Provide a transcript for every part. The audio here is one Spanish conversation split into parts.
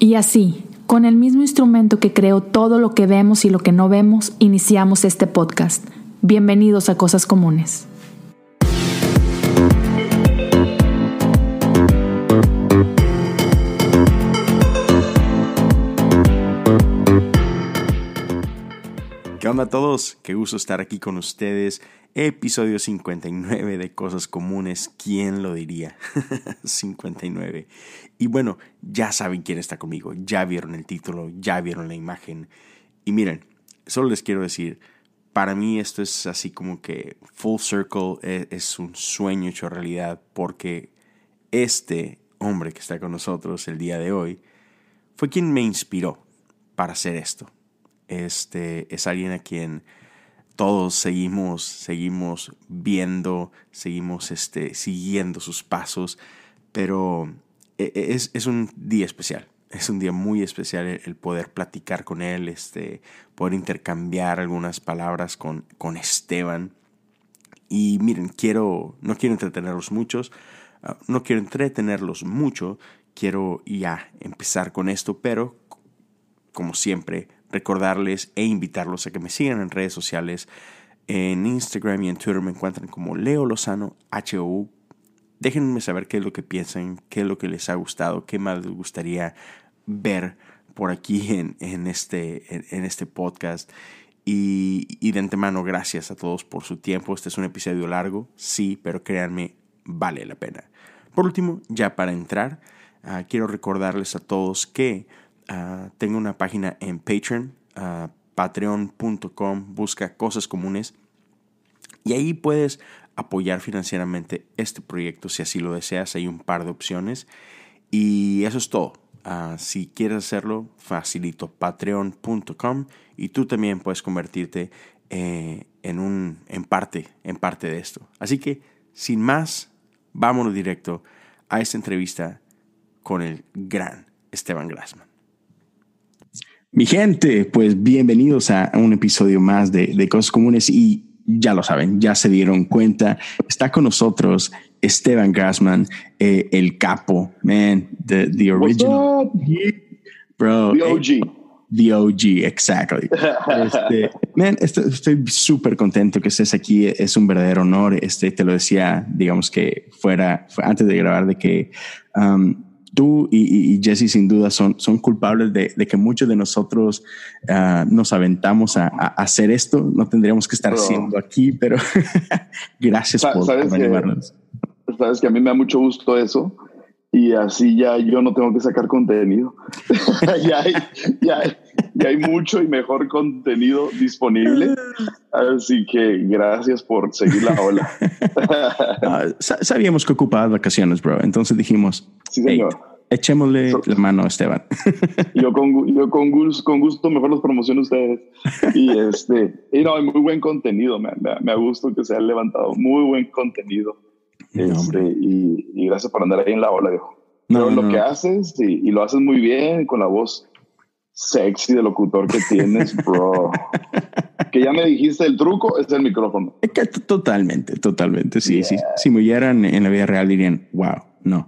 Y así, con el mismo instrumento que creó todo lo que vemos y lo que no vemos, iniciamos este podcast. Bienvenidos a Cosas Comunes. ¿Qué onda a todos? Qué gusto estar aquí con ustedes. Episodio 59 de Cosas Comunes. ¿Quién lo diría? 59. Y bueno, ya saben quién está conmigo. Ya vieron el título, ya vieron la imagen. Y miren, solo les quiero decir, para mí esto es así como que full circle, es un sueño hecho realidad, porque este hombre que está con nosotros el día de hoy fue quien me inspiró para hacer esto. Es alguien a quien todos seguimos viendo, seguimos siguiendo sus pasos, pero es un día especial. Es un día muy especial el poder platicar con él, poder intercambiar algunas palabras con Esteban. Y miren, no quiero entretenerlos mucho, quiero ya empezar con esto, pero como siempre, recordarles e invitarlos a que me sigan en redes sociales. En Instagram y en Twitter me encuentran como Leo Lozano, HOU. Déjenme saber qué es lo que piensan, qué es lo que les ha gustado, qué más les gustaría ver por aquí en este podcast. Y de antemano, gracias a todos por su tiempo. Este es un episodio largo, sí, pero créanme, vale la pena. Por último, ya para entrar, quiero recordarles a todos que tengo una página en Patreon, patreon.com, busca Cosas Comunes, y ahí puedes apoyar financieramente este proyecto si así lo deseas. Hay un par de opciones y eso es todo. Si quieres hacerlo, facilito, patreon.com, y tú también puedes convertirte en parte de esto. Así que, sin más, vámonos directo a esta entrevista con el gran Esteban Grassman. Mi gente, pues bienvenidos a un episodio más de Cosas Comunes, y ya lo saben, ya se dieron cuenta, está con nosotros Esteban Grassman, el capo, man, the original, bro, the OG. The OG, exactly. Man, estoy súper contento que estés aquí, es un verdadero honor. Te lo decía, digamos que fue antes de grabar, de que tú y Jesse sin duda son culpables de que muchos de nosotros nos aventamos a hacer esto. No tendríamos que estar haciendo aquí, pero gracias por animarnos. Sabes que a mí me da mucho gusto eso, y así ya yo no tengo que sacar contenido. ya hay mucho y mejor contenido disponible. Así que gracias por seguir la ola. Sabíamos que ocupabas vacaciones, bro. Entonces dijimos, sí, señor. Hey, echémosle la mano a Esteban. Yo con gusto mejor los promociono a ustedes. Y no, hay muy buen contenido, man. Me ha gustado que se han levantado muy buen contenido. Y gracias por andar ahí en la ola, viejo. Pero lo que haces, y lo haces muy bien, con la voz sexy de locutor que tienes, bro. Que ya me dijiste, el truco es el micrófono. Totalmente. Sí, yeah. Sí. Si me oyeran en la vida real dirían, wow, no.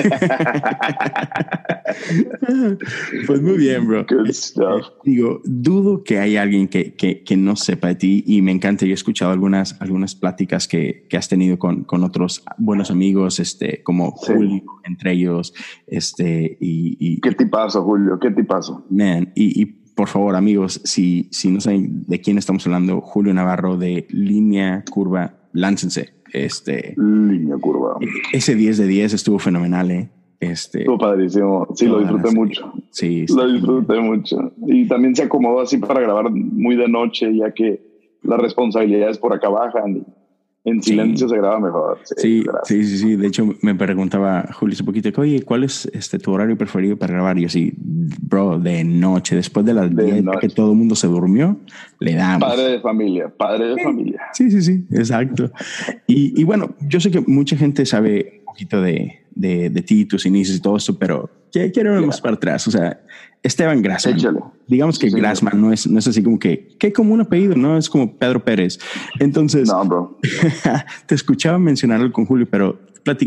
Pues muy bien, bro. Good stuff. Digo, dudo que hay alguien que no sepa de ti, y me encanta. Yo he escuchado algunas pláticas que has tenido con otros buenos amigos, como sí. Julio, entre ellos, ¿Qué tipazo, Julio? ¿Qué tipazo? Man, y por favor, amigos, si no saben de quién estamos hablando, Julio Navarro de Línea Curva, láncense. Línea Curva. Ese 10 de 10 estuvo fenomenal, Estuvo padrísimo. Sí, lo disfruté mucho. Sí, lo disfruté mucho. Y también se acomodó así para grabar muy de noche, ya que las responsabilidades por acá bajan y en silencio se graba mejor. Sí. De hecho, me preguntaba Julio hace poquito, oye, ¿cuál es tu horario preferido para grabar? Y yo sí, bro, de noche, después de las 10 que todo el mundo se durmió, le damos. Padre de familia. Sí, exacto. Y bueno, yo sé que mucha gente sabe un poquito de ti, tus inicios y todo eso, pero quiero ir más para atrás. O sea, Esteban Grassman. Échale. Digamos que sí, Grassman no es así como que como un apellido, no es como Pedro Pérez. Entonces, no, bro. Te escuchaba mencionarlo con Julio, pero platícame,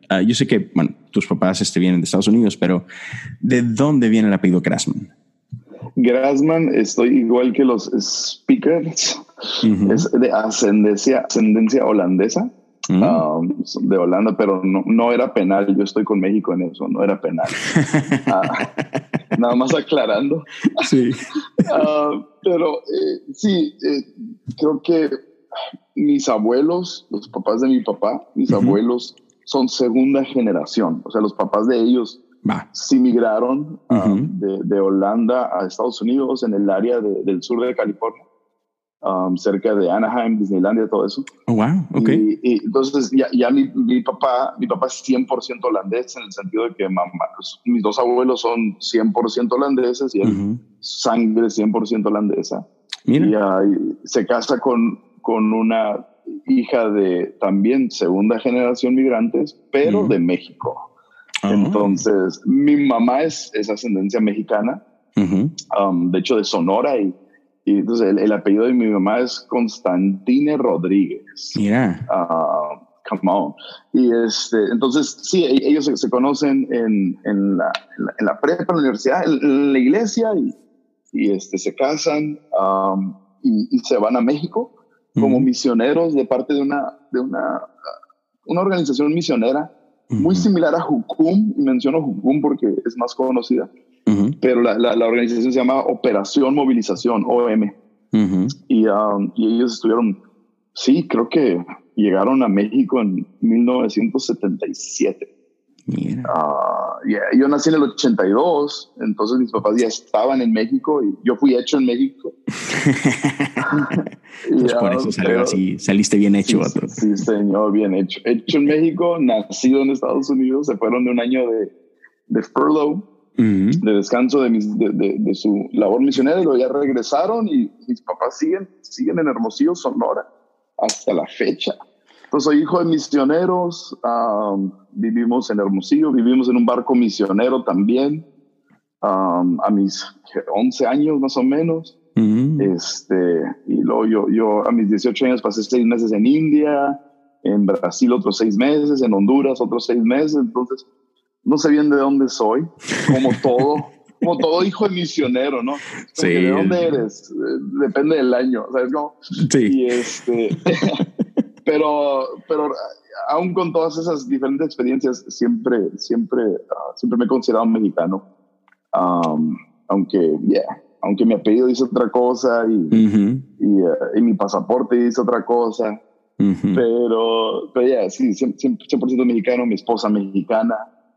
yo sé que, bueno, tus papás vienen de Estados Unidos, pero ¿de dónde viene el apellido Grassman? Grassman, estoy igual que los Speakers, es de ascendencia holandesa, de Holanda, pero no era penal. Yo estoy con México en eso, no era penal. Nada más aclarando. Sí. Pero sí, creo que mis abuelos, los papás de mi papá, mis abuelos son segunda generación. O sea, los papás de ellos sí migraron de Holanda a Estados Unidos en el área del sur de California, cerca de Anaheim, Disneylandia, todo eso. Oh, wow, okay. Y entonces ya mi papá es 100% holandés, en el sentido de que mis dos abuelos son 100% holandeses y él sangre 100% holandesa. Mira. Y se casa con una hija de también segunda generación migrantes, pero de México. Entonces, mi mamá es ascendencia mexicana, de hecho de Sonora, y entonces el apellido de mi mamá es Constantine Rodríguez. Mira. Come on. Y entonces, sí, ellos se conocen en la prepa, en la universidad, en la iglesia, y se casan y se van a México como misioneros de parte de una organización misionera muy similar a Jucum, y menciono Jucum porque es más conocida, pero la organización se llama Operación Movilización, OM, y ellos estuvieron, sí, creo que llegaron a México en 1977. Yo nací en el 82, entonces mis papás ya estaban en México y yo fui hecho en México. Pues por eso saliste bien hecho. Sí, señor, bien hecho. Hecho en México, nacido en Estados Unidos. Se fueron de un año de furlough, de descanso de su labor misionera, y luego ya regresaron, y mis papás siguen en Hermosillo, Sonora, hasta la fecha. Entonces soy hijo de misioneros, vivimos en Hermosillo, vivimos en un barco misionero también, a mis 11 años más o menos. Y luego yo a mis 18 años pasé 6 meses en India, en Brasil otros 6 meses, en Honduras otros 6 meses. Entonces no sé bien de dónde soy, como todo hijo de misionero, ¿no? Sí. ¿De dónde eres? Depende del año, ¿sabes cómo? Sí. Y pero aún con todas esas diferentes experiencias, siempre me he considerado mexicano, aunque mi apellido dice otra cosa y mi pasaporte dice otra cosa, pero sí, 100% mexicano. Mi esposa mexicana.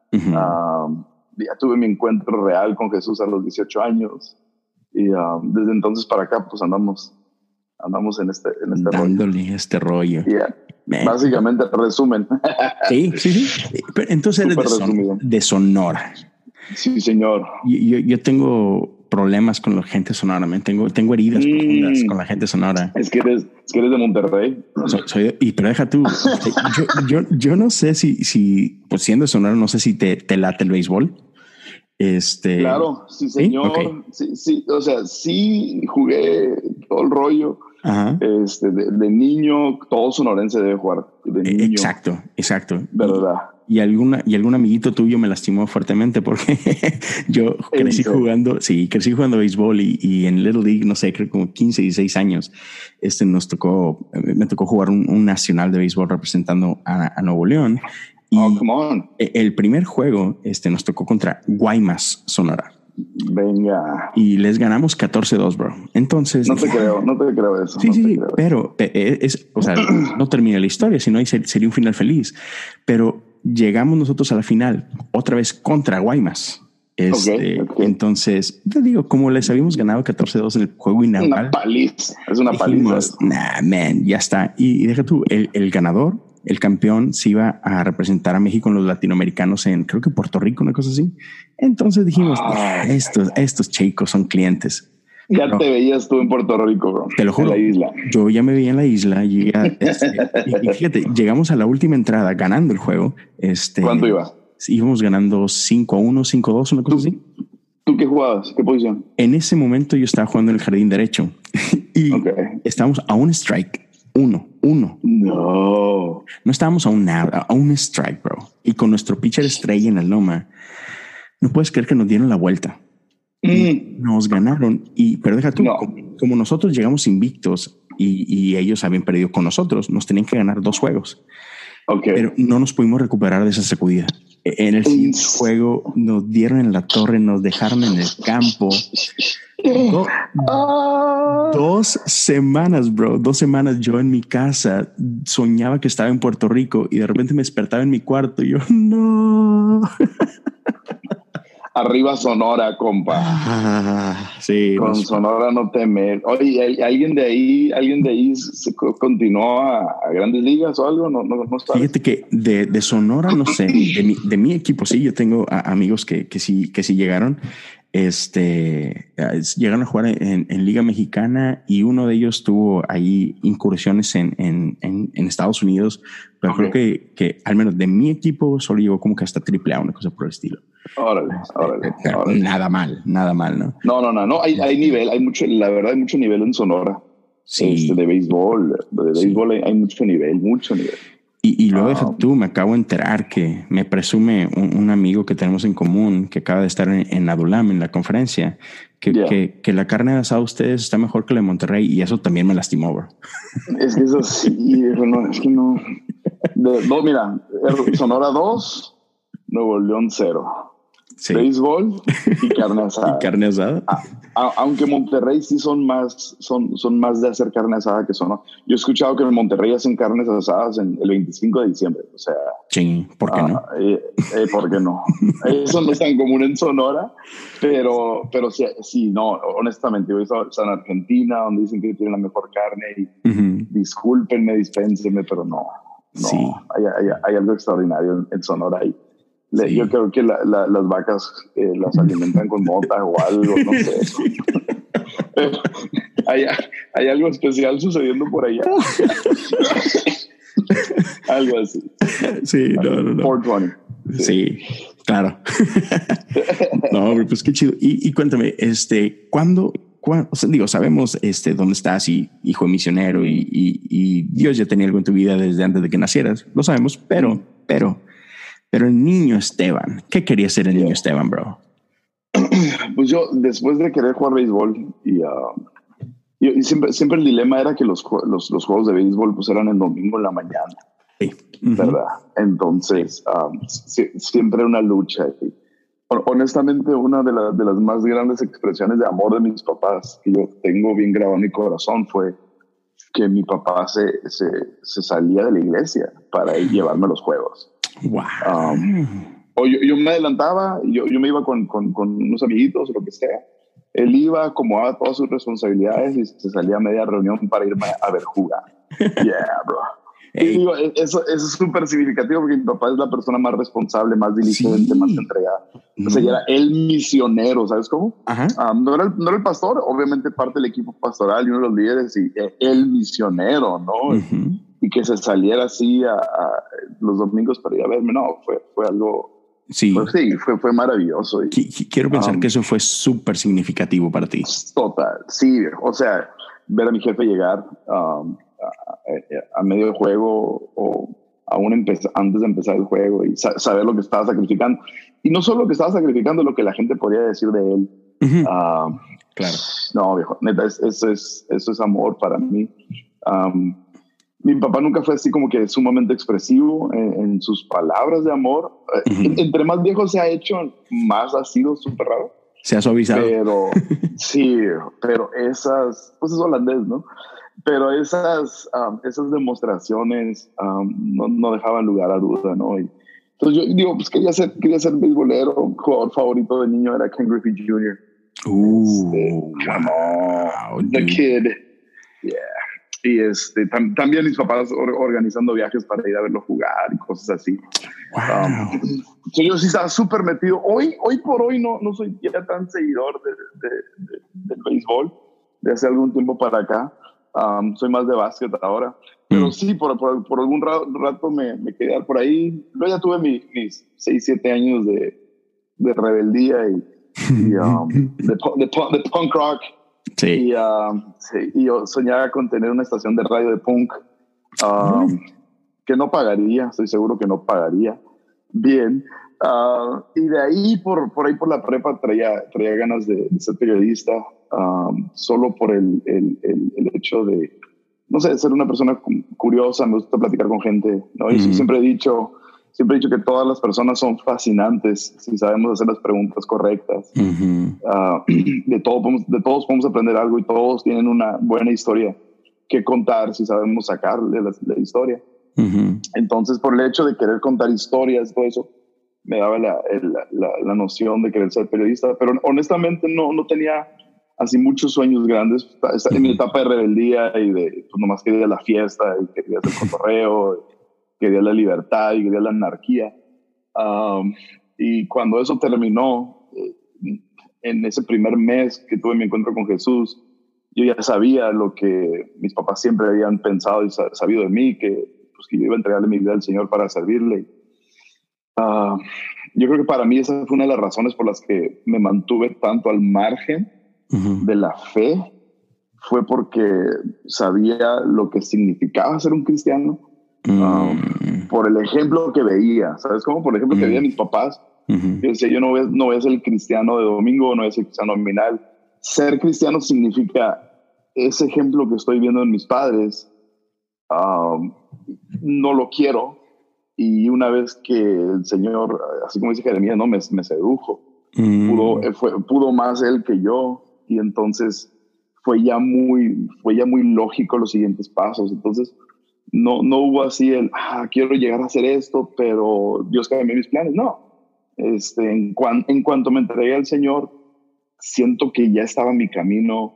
Ya tuve mi encuentro real con Jesús a los 18 años, y desde entonces para acá pues andamos en este dándole rollo. este rollo. Básicamente, resumen. Sí. Pero entonces eres de Sonora. Sí, señor. Yo tengo problemas con la gente sonora, tengo heridas profundas con la gente sonora. Es que eres de Monterrey. Pero deja tú, yo no sé si pues siendo de Sonora, no sé si te late el béisbol. Claro, sí, señor. Okay. Sí, o sea, sí jugué todo el rollo. De niño, todo sonorense debe jugar de niño. Exacto. ¿Verdad? Y algún amiguito tuyo me lastimó fuertemente porque yo crecí jugando béisbol y en Little League, no sé, creo como 15, 16 años, me tocó jugar un nacional de béisbol representando a Nuevo León. Y come on. El primer juego nos tocó contra Guaymas, Sonora. Venga. Y les ganamos 14-2, bro. Entonces... No te creo eso. Sí, pero no termina la historia, sino ahí sería un final feliz. Pero llegamos nosotros a la final, otra vez contra Guaymas. Okay. Entonces, te digo, como les habíamos ganado 14-2 en el juego inaugural. Es una paliza. Nah, man, ya está. Y deja tú, el ganador, el campeón, se iba a representar a México en los latinoamericanos en, creo que Puerto Rico, una cosa así. Entonces dijimos, estos chicos son clientes. Ya te veías tú en Puerto Rico, bro. Te lo juro. En la isla. Yo ya me veía en la isla. Y fíjate, llegamos a la última entrada ganando el juego. ¿Cuánto iba? Íbamos ganando 5-1, 5-2, una cosa así. ¿Tú qué jugabas? ¿Qué posición? En ese momento yo estaba jugando en el jardín derecho y estábamos a un strike, 1. Uno. No. No estábamos a un strike, bro. Y con nuestro pitcher estrella en la loma, no puedes creer que nos dieron la vuelta. Nos ganaron. Pero deja tú, como nosotros llegamos invictos y ellos habían perdido con nosotros, nos tenían que ganar 2 juegos. Okay. Pero no nos pudimos recuperar de esa sacudida. En el siguiente juego nos dieron en la torre, nos dejaron en el campo. 2 semanas, bro. 2 semanas yo en mi casa soñaba que estaba en Puerto Rico y de repente me despertaba en mi cuarto y yo, no. Arriba Sonora, compa. Sí. Con Sonora no temer. Oye, ¿alguien de ahí se continuó a Grandes Ligas o algo? No sabes. Fíjate que de Sonora, no sé, de mi equipo, sí, yo tengo amigos que sí llegaron. Llegaron a jugar en Liga Mexicana y uno de ellos tuvo ahí incursiones en Estados Unidos, pero creo que al menos de mi equipo solo llegó como que hasta AAA, una cosa por el estilo. Órale. Nada mal, ¿no? No, hay nivel, la verdad hay mucho nivel en Sonora. Sí. De béisbol, hay mucho nivel. Y luego deja tú, me acabo de enterar que me presume un amigo que tenemos en común que acaba de estar en Adulam en la conferencia que la carne de asado de ustedes está mejor que la de Monterrey y eso también me lastimó, bro. Es que eso sí, es que no. Mira, Sonora 2, Nuevo León 0. Sí. Béisbol y carne asada. ¿Y carne asada? Aunque Monterrey sí son más de hacer carne asada que Sonora. Yo he escuchado que en Monterrey hacen carnes asadas el 25 de diciembre. O sea, sí, ¿por qué no? ¿Por qué no? Eso no es tan común en Sonora, pero sí, no, honestamente, yo he estado en Argentina, donde dicen que tienen la mejor carne y discúlpenme, dispénsenme, pero no, sí. Hay algo extraordinario en Sonora ahí. Sí. Yo creo que las vacas las alimentan con mota o algo, no sé. Pero hay algo especial sucediendo por allá. Algo así. Sí, no. 420. Sí, claro. No, pues qué chido. Y cuéntame, ¿cuándo? O sea, digo, sabemos dónde estás y hijo de misionero y Dios ya tenía algo en tu vida desde antes de que nacieras. Lo sabemos, pero el niño Esteban, ¿qué quería ser el niño Esteban, bro? Pues yo, después de querer jugar béisbol, y siempre el dilema era que los juegos de béisbol pues eran el domingo en la mañana, sí. ¿verdad? Entonces, siempre era una lucha. Y, honestamente, una de las más grandes expresiones de amor de mis papás que yo tengo bien grabado en mi corazón fue que mi papá se salía de la iglesia para ir llevarme a los juegos. Wow. Yo me adelantaba, yo me iba con unos amiguitos o lo que sea. Él iba, acomodaba todas sus responsabilidades y se salía a media reunión para irme a ver jugar. Yeah, bro. Hey. Y digo, eso es súper significativo porque mi papá es la persona más responsable, más diligente, sí. Más entregada. O sea, era el misionero, ¿sabes cómo? No era el pastor, obviamente parte del equipo pastoral y uno de los líderes, y el misionero, ¿no? Y que se saliera así a los domingos para ir a verme, no, fue algo... Sí, fue maravilloso. Quiero pensar que eso fue súper significativo para ti. Total, sí. O sea, ver a mi jefe llegar a medio juego o aún antes de empezar el juego y saber lo que estaba sacrificando. Y no solo lo que estaba sacrificando, lo que la gente podría decir de él. Claro. No, viejo, neta, eso es amor para mí. Mi papá nunca fue así como que sumamente expresivo en sus palabras de amor. Entre más viejo se ha hecho, más ha sido súper raro. Se ha suavizado. Pero sí, pero pues es holandés, ¿no? Pero esas demostraciones no dejaban lugar a duda, ¿no? Entonces yo digo, pues quería ser beisbolero. Un jugador favorito de niño era Ken Griffey Jr. Come on, the kid. Yeah. Y también mis papás organizando viajes para ir a verlo jugar y cosas así. Wow. Yo sí estaba súper metido. Hoy por hoy no soy ya tan seguidor del béisbol de hace algún tiempo para acá. Soy más de básquet ahora. Pero sí, por algún rato me quedé por ahí. Luego ya tuve mis 6, 7 años de rebeldía y de punk rock. Sí. Y yo soñaba con tener una estación de radio de punk que no pagaría, estoy seguro que no pagaría bien. Y de ahí, por ahí por la prepa, traía ganas de ser periodista, solo por el hecho de, no sé, ser una persona curiosa. Me gusta platicar con gente, ¿no? Y siempre he dicho que todas las personas son fascinantes si sabemos hacer las preguntas correctas. De todos podemos aprender algo y todos tienen una buena historia que contar si sabemos sacarle la historia. Entonces, por el hecho de querer contar historias, todo eso, me daba la noción de querer ser periodista, pero honestamente no tenía así muchos sueños grandes. En mi etapa de rebeldía y pues nomás quería la fiesta y quería hacer cotorreo, quería la libertad y quería la anarquía. Y cuando eso terminó, en ese primer mes que tuve mi encuentro con Jesús, yo ya sabía lo que mis papás siempre habían pensado y sabido de mí, que yo iba a entregarle mi vida al Señor para servirle. Yo creo que para mí esa fue una de las razones por las que me mantuve tanto al margen de la fe, fue porque sabía lo que significaba ser un cristiano, por el ejemplo que veía, ¿sabes cómo? Por el ejemplo que veía a mis papás. Yo decía, yo no voy a ser el cristiano de domingo, no voy a ser el cristiano nominal. Ser cristiano significa ese ejemplo que estoy viendo en mis padres, no lo quiero. Y una vez que el Señor, así como dice Jeremías, no me sedujo, pudo más él que yo, y entonces fue ya muy lógico los siguientes pasos. Entonces no hubo así quiero llegar a hacer esto, pero Dios cambió mis planes. No, en cuanto me entregué al Señor, siento que ya estaba mi camino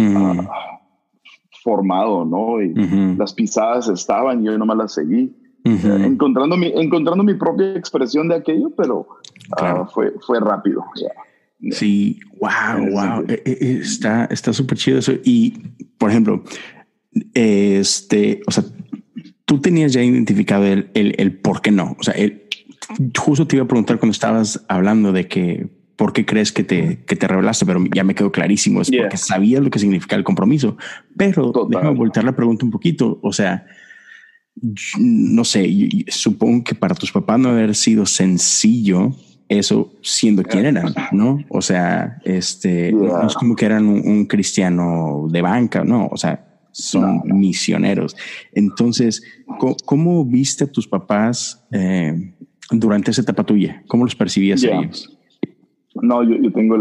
formado, ¿no? Y las pisadas estaban y yo nomás las seguí. Encontrando mi propia expresión de aquello, pero claro. fue rápido. Sí, wow. Está súper chido eso. Y, por ejemplo, o sea, tú tenías ya identificado el por qué no. O sea, justo te iba a preguntar cuando estabas hablando de que por qué crees que te rebelaste, pero ya me quedó clarísimo. Es porque sabías lo que significaba el compromiso. Pero déjame voltear la pregunta un poquito. O sea, no sé, supongo que para tus papás no haber sido sencillo eso siendo quien eran, ¿no? O sea, no es como que eran un cristiano de banca, no, o sea, son misioneros. Entonces, ¿cómo viste a tus papás durante esa etapa tuya? ¿Cómo los percibías a ellos? No, yo tengo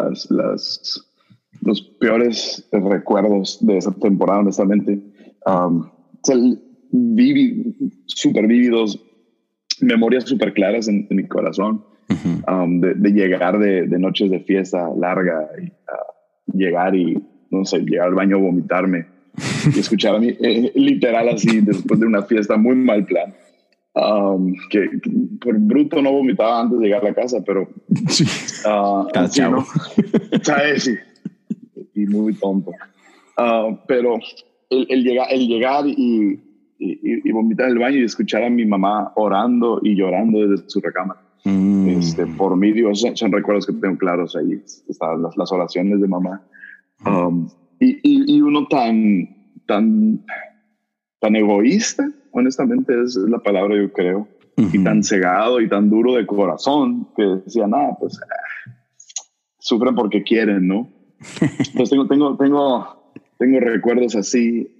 los peores recuerdos de esa temporada, honestamente. Súper vívidos, memorias súper claras en mi corazón, de llegar de noches de fiesta larga, y llegar y, no sé, llegar al baño a vomitarme y escuchar a mí, literal así, después de una fiesta, muy mal plan, que por bruto no vomitaba antes de llegar a la casa, pero sí, sí, ¿no? Sí, y muy tonto, pero el llegar y vomitar en el baño y escuchar a mi mamá orando y llorando desde su recámara. Por mí, Dios, son recuerdos que tengo claros ahí. Estaban las oraciones de mamá. Y uno tan egoísta, honestamente, es la palabra, yo creo. Y tan cegado y tan duro de corazón que decía, pues sufren porque quieren, ¿no? Entonces tengo recuerdos así.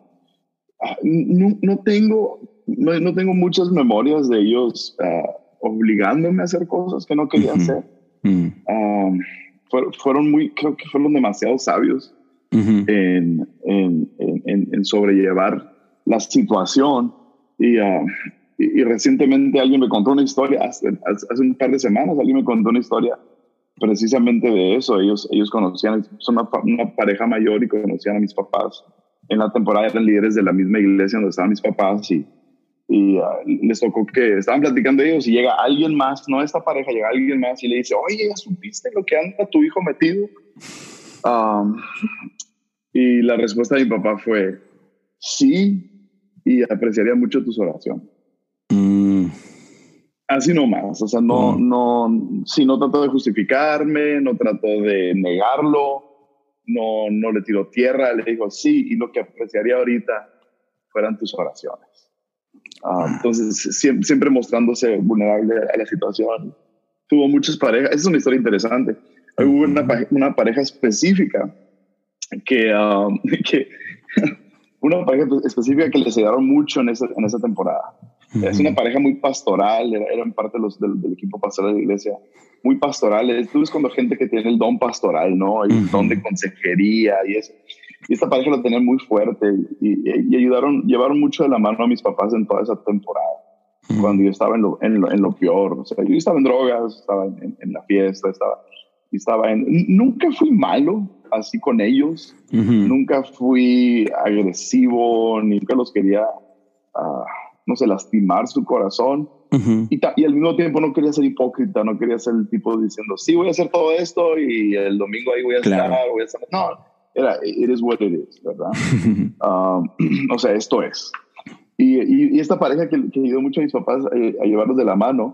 No tengo muchas memorias de ellos obligándome a hacer cosas que no quería hacer. Creo que fueron demasiado sabios en sobrellevar la situación. Y recientemente alguien me contó una historia, hace un par de semanas alguien me contó una historia precisamente de eso. Ellos conocían, son una pareja mayor y conocían a mis papás. En la temporada eran líderes de la misma iglesia donde estaban mis papás, y les tocó que estaban platicando ellos y llega alguien más, no esta pareja, llega alguien más y le dice, oye, ¿ya supiste lo que anda tu hijo metido? Y la respuesta de mi papá fue, sí, y apreciaría mucho tus oraciones. Así nomás, o sea, no trato de justificarme, no trato de negarlo, no le tiró tierra, le dijo sí, y lo que apreciaría ahorita fueran tus oraciones. Entonces, siempre mostrándose vulnerable a la situación. Tuvo muchas parejas. Esa es una historia interesante. Hubo una pareja específica que una pareja específica que les ayudaron mucho en esa temporada. Es una pareja muy pastoral, eran parte del equipo pastoral de la iglesia, muy pastoral. Tú ves cuando gente que tiene el don pastoral, ¿no? El don de consejería y eso. Y esta pareja lo tenía muy fuerte y llevaron mucho de la mano a mis papás en toda esa temporada. Cuando yo estaba en lo peor. O sea, yo estaba en drogas, estaba en la fiesta, nunca fui malo así con ellos. Nunca fui agresivo, nunca los quería, no sé, lastimar su corazón. Y al mismo tiempo no quería ser hipócrita, no quería ser el tipo diciendo, sí, voy a hacer todo esto y el domingo ahí voy a estar. No, it is what it is, ¿verdad? O sea, esto es. Y esta pareja que ayudó mucho a mis papás a llevarlos de la mano,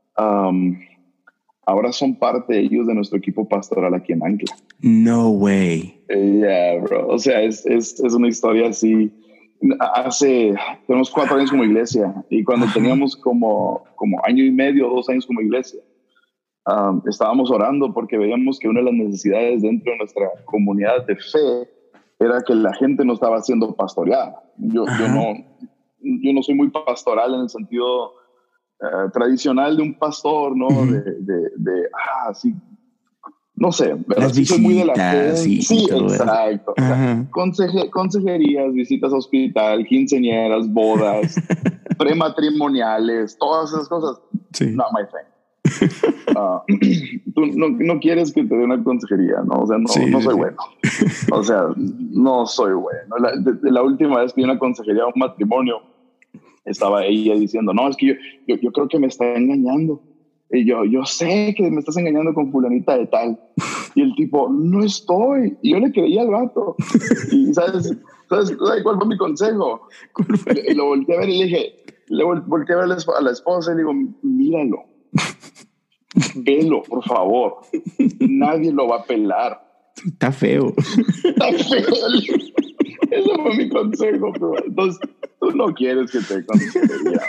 ahora son parte de ellos de nuestro equipo pastoral aquí en Ancla. No way. Yeah, bro. O sea, es una historia así. Tenemos 4 años como iglesia y cuando teníamos como año y medio, 2 años como iglesia, estábamos orando porque veíamos que una de las necesidades dentro de nuestra comunidad de fe era que la gente no estaba siendo pastoreada. Yo no soy muy pastoral en el sentido tradicional de un pastor, ¿no? Sí, no sé, ¿verdad? Sí, soy muy de la fe. Sí, exacto. O sea, consejerías, visitas a hospital, quinceañeras, bodas, prematrimoniales, todas esas cosas. Sí. Not my thing. Tú no quieres que te dé una consejería, ¿no? O sea, no soy bueno. O sea, no soy bueno. La última vez que di una consejería a un matrimonio, estaba ella diciendo, no, es que yo creo que me está engañando. Y yo sé que me estás engañando con fulanita de tal. Y el tipo, no estoy. Y yo le creía al vato. Y ¿sabes cuál fue mi consejo? Y lo volteé a ver y le volteé a ver a la esposa y le digo, míralo. Velo, por favor. Nadie lo va a pelar. Está feo. Está feo. Ese fue mi consejo, bro. Entonces, tú no quieres que te consejería.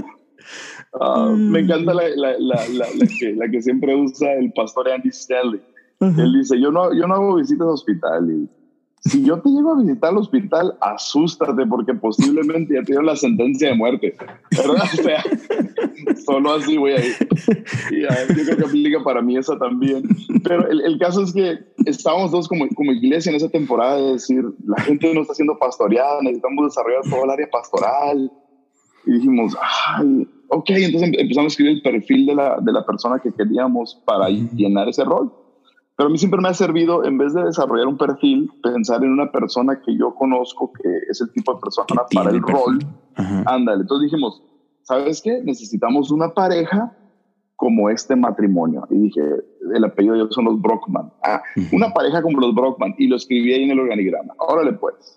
Me encanta la que siempre usa el pastor Andy Stanley. Él dice, yo no hago visitas a hospital y si yo te llego a visitar al hospital, asústate porque posiblemente ya te dieron la sentencia de muerte, ¿verdad? O sea, solo así voy a ir. Y yo creo que aplica para mí esa también. Pero el caso es que estábamos todos como iglesia en esa temporada de decir, la gente no está siendo pastoreada, necesitamos desarrollar todo el área pastoral. Y dijimos, ok, entonces empezamos a escribir el perfil de la persona que queríamos para llenar ese rol. Pero a mí siempre me ha servido, en vez de desarrollar un perfil, pensar en una persona que yo conozco que es el tipo de persona para el rol. Ándale. Entonces dijimos, ¿sabes qué? Necesitamos una pareja como este matrimonio. Y dije, el apellido de ellos son los Brockman. Una pareja como los Brockman. Y lo escribí ahí en el organigrama. Órale pues.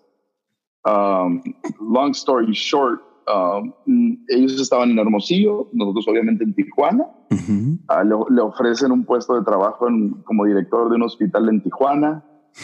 Long story short, ellos estaban en Hermosillo, nosotros obviamente en Tijuana. Le ofrecen un puesto de trabajo como director de un hospital en Tijuana.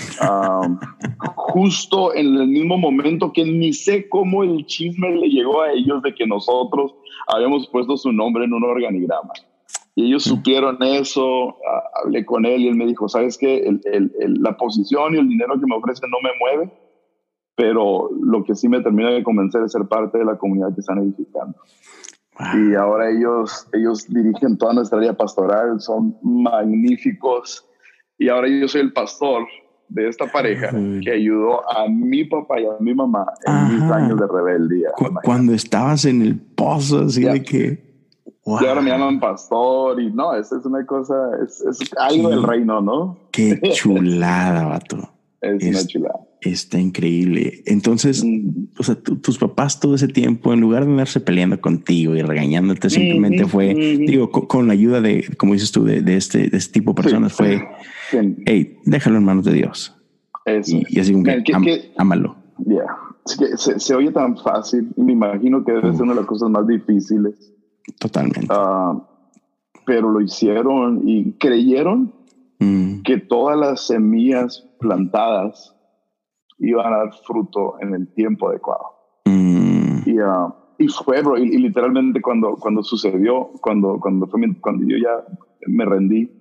Justo en el mismo momento que ni sé cómo el chisme le llegó a ellos de que nosotros habíamos puesto su nombre en un organigrama. Y ellos supieron eso. Hablé con él y él me dijo, ¿sabes qué? La posición y el dinero que me ofrecen no me mueve, pero lo que sí me termina de convencer es ser parte de la comunidad que están edificando. Wow. Y ahora ellos dirigen toda nuestra área pastoral, son magníficos. Y ahora yo soy el pastor de esta pareja que ayudó a mi papá y a mi mamá en mis años de rebeldía. Cuando estabas en el pozo, así de que... Wow. Y ahora me llaman pastor y no, es una cosa, es algo del reino, ¿no? Qué chulada, vato. Es una chulada. Está increíble. Entonces, o sea, tus papás todo ese tiempo, en lugar de andarse peleando contigo y regañándote, simplemente fue, digo, con la ayuda de, como dices tú, de este tipo de personas, fue, hey, déjalo en manos de Dios. Eso y así como que ámalo. Yeah. Es que se oye tan fácil y me imagino que debe ser una de las cosas más difíciles. Totalmente. Pero lo hicieron y creyeron que todas las semillas plantadas iban a dar fruto en el tiempo adecuado. Y fue, bro, y literalmente cuando sucedió, cuando yo ya me rendí,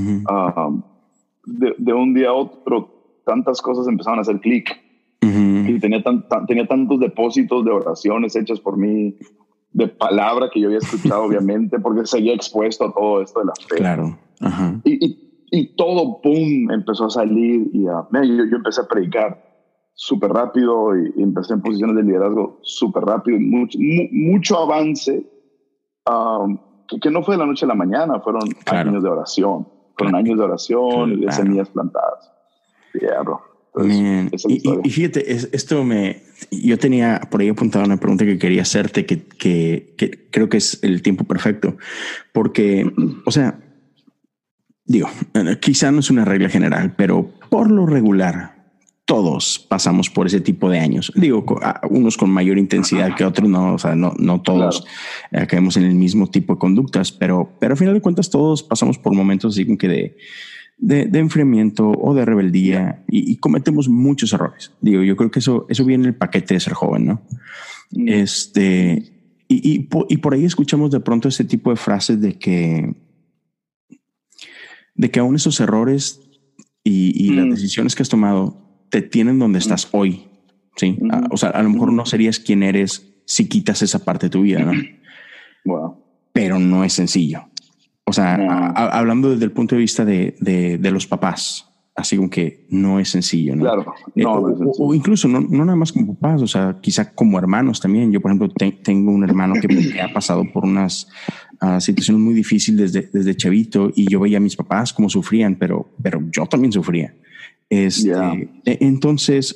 de un día a otro, tantas cosas empezaron a hacer clic. Y tenía tantos depósitos de oraciones hechas por mí, de palabra que yo había escuchado, obviamente, porque seguía expuesto a todo esto de la fe. Claro. Y todo, boom, empezó a salir. Y yo empecé a predicar súper rápido y empecé en posiciones de liderazgo súper rápido. Mucho avance, que no fue de la noche a la mañana, fueron años de oración. Fueron años de oración y de semillas plantadas. Yeah, bro. Entonces, y fíjate, yo tenía por ahí apuntada una pregunta que quería hacerte que creo que es el tiempo perfecto, porque, o sea, digo, quizá no es una regla general, pero por lo regular todos pasamos por ese tipo de años. Digo, unos con mayor intensidad que otros, no, o sea, no todos caemos en el mismo tipo de conductas, pero al final de cuentas todos pasamos por momentos así como que de enfriamiento o de rebeldía y cometemos muchos errores. Digo, yo creo que eso viene en el paquete de ser joven, ¿no? Y por ahí escuchamos de pronto ese tipo de frases de que aún esos errores y las decisiones que has tomado te tienen donde estás hoy, ¿sí? O sea, a lo mejor no serías quien eres si quitas esa parte de tu vida, ¿no? Wow. Pero no es sencillo. O sea, hablando desde el punto de vista de los papás, así como que no es sencillo, ¿no? Claro, no es sencillo. O incluso no nada más como papás, o sea, quizá como hermanos también. Yo, por ejemplo, tengo un hermano que ha pasado por unas situaciones muy difíciles desde chavito y yo veía a mis papás cómo sufrían, pero yo también sufría. Entonces,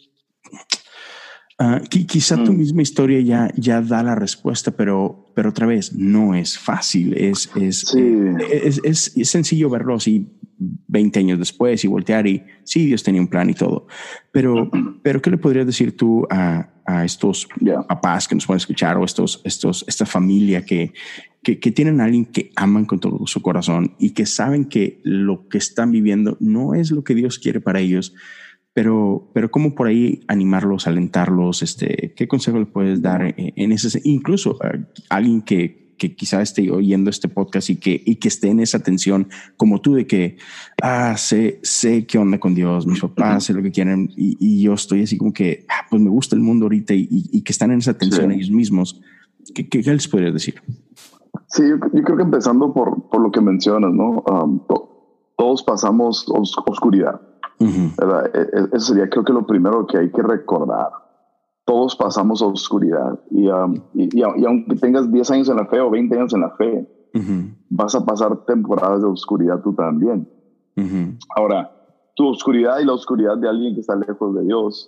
quizá tu misma historia ya da la respuesta, pero otra vez no es fácil. Es sencillo verlo así 20 años después y voltear y sí, Dios tenía un plan y todo. Pero ¿qué le podrías decir tú a estos papás que nos pueden escuchar o esta familia que tienen a alguien que aman con todo su corazón y que saben que lo que están viviendo no es lo que Dios quiere para ellos? Pero cómo por ahí animarlos, alentarlos, ¿qué consejo le puedes dar en ese, incluso a alguien que quizá esté oyendo este podcast y que esté en esa tensión como tú de que sé qué onda con Dios, mis papás sé lo que quieren y yo estoy así como que pues me gusta el mundo ahorita y que están en esa tensión ellos mismos? ¿Qué les podrías decir? Sí, yo creo que empezando por lo que mencionas, ¿no? Todos pasamos oscuridad. ¿Verdad? Eso sería, creo que lo primero que hay que recordar. Todos pasamos oscuridad y aunque tengas 10 años en la fe o 20 años en la fe, vas a pasar temporadas de oscuridad tú también. Ahora, tu oscuridad y la oscuridad de alguien que está lejos de Dios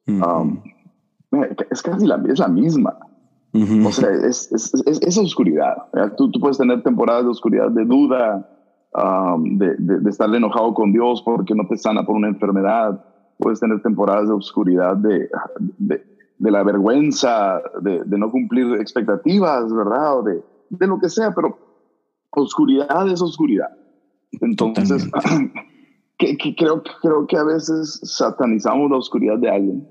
es casi la misma. O sea, es oscuridad. Tú puedes tener temporadas de oscuridad, de duda, de estar enojado con Dios porque no te sana por una enfermedad. Puedes tener temporadas de oscuridad de la vergüenza, de no cumplir expectativas, ¿verdad? O de lo que sea, pero oscuridad es oscuridad. Entonces, creo que a veces satanizamos la oscuridad de alguien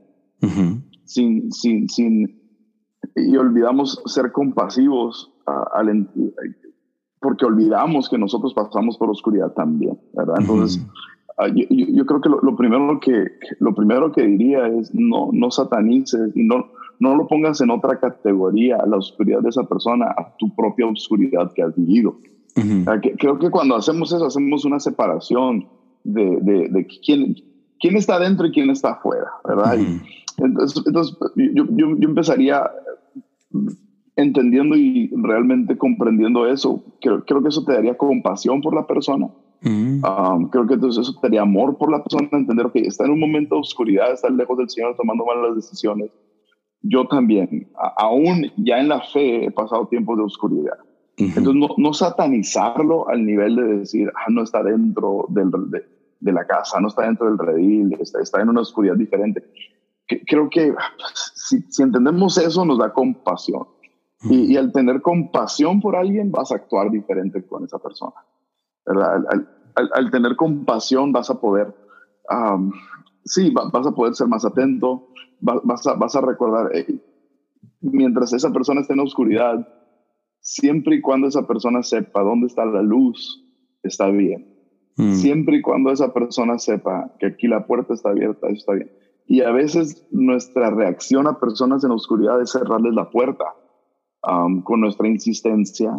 y olvidamos ser compasivos porque olvidamos que nosotros pasamos por oscuridad también, ¿verdad? Entonces, yo creo que lo primero que diría es no satanices y no lo pongas en otra categoría, la oscuridad de esa persona, a tu propia oscuridad que has vivido. Creo que cuando hacemos eso, hacemos una separación de quién está dentro y quién está afuera, ¿verdad? Entonces yo empezaría entendiendo y realmente comprendiendo eso. Creo que eso te daría compasión por la persona. Creo que entonces eso te daría amor por la persona, entender que está en un momento de oscuridad, está lejos del Señor tomando malas decisiones. Yo también, aún ya en la fe, he pasado tiempos de oscuridad. Entonces no satanizarlo al nivel de decir, no está dentro de la casa, no está dentro del redil, está en una oscuridad diferente. Creo que si entendemos eso, nos da compasión. Y al tener compasión por alguien, vas a actuar diferente con esa persona, ¿verdad? Al tener compasión, vas a poder, vas a poder ser más atento, vas a recordar, mientras esa persona esté en la oscuridad, siempre y cuando esa persona sepa dónde está la luz, está bien. Siempre y cuando esa persona sepa que aquí la puerta está abierta, eso está bien. Y a veces nuestra reacción a personas en la oscuridad es cerrarles la puerta con nuestra insistencia.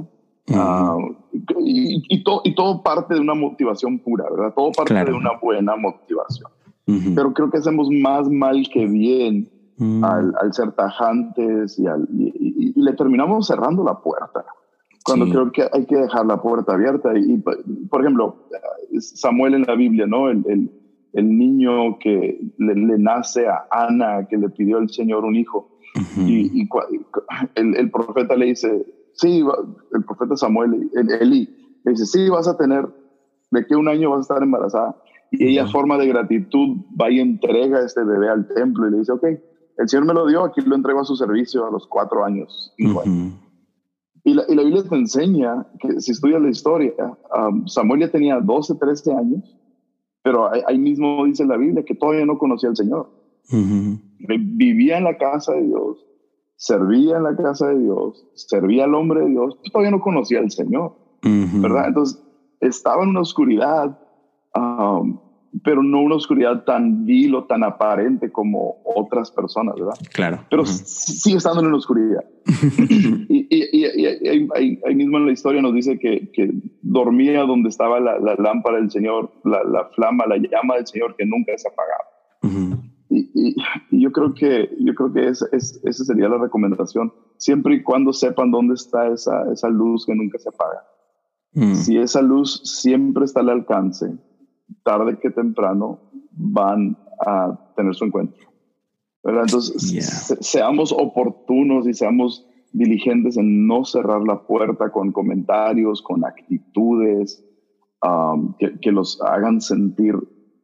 Y todo parte de una motivación pura, ¿verdad? Todo parte de una buena motivación. Pero creo que hacemos más mal que bien al ser tajantes y le terminamos cerrando la puerta. Cuando creo que hay que dejar la puerta abierta. Y por ejemplo, Samuel en la Biblia, ¿no? El niño que le nace a Ana, que le pidió al Señor un hijo. Y el profeta le dice, sí, el profeta Samuel, Eli, le dice, sí, vas a tener, de que un año vas a estar embarazada. Y ella, forma de gratitud, va y entrega a este bebé al templo y le dice, ok, el Señor me lo dio, aquí lo entrego a su servicio a los 4 años. Y la Biblia te enseña que si estudias la historia, Samuel ya tenía 12, 13 años, pero ahí mismo dice la Biblia que todavía no conocía al Señor. Vivía en la casa de Dios, servía en la casa de Dios, servía al hombre de Dios, todavía no conocía al Señor, ¿verdad? Entonces estaba en una oscuridad, pero no una oscuridad tan vil o tan aparente como otras personas, ¿verdad? Claro. Pero sigue estando en una oscuridad. y ahí mismo en la historia nos dice que dormía donde estaba la lámpara del Señor, la flama, la llama del Señor que nunca se apagaba. Y yo creo que esa sería la recomendación, siempre y cuando sepan dónde está esa luz que nunca se apaga. Si esa luz siempre está al alcance, tarde que temprano van a tener su encuentro, ¿verdad? Entonces, seamos oportunos y seamos diligentes en no cerrar la puerta con comentarios, con actitudes que los hagan sentir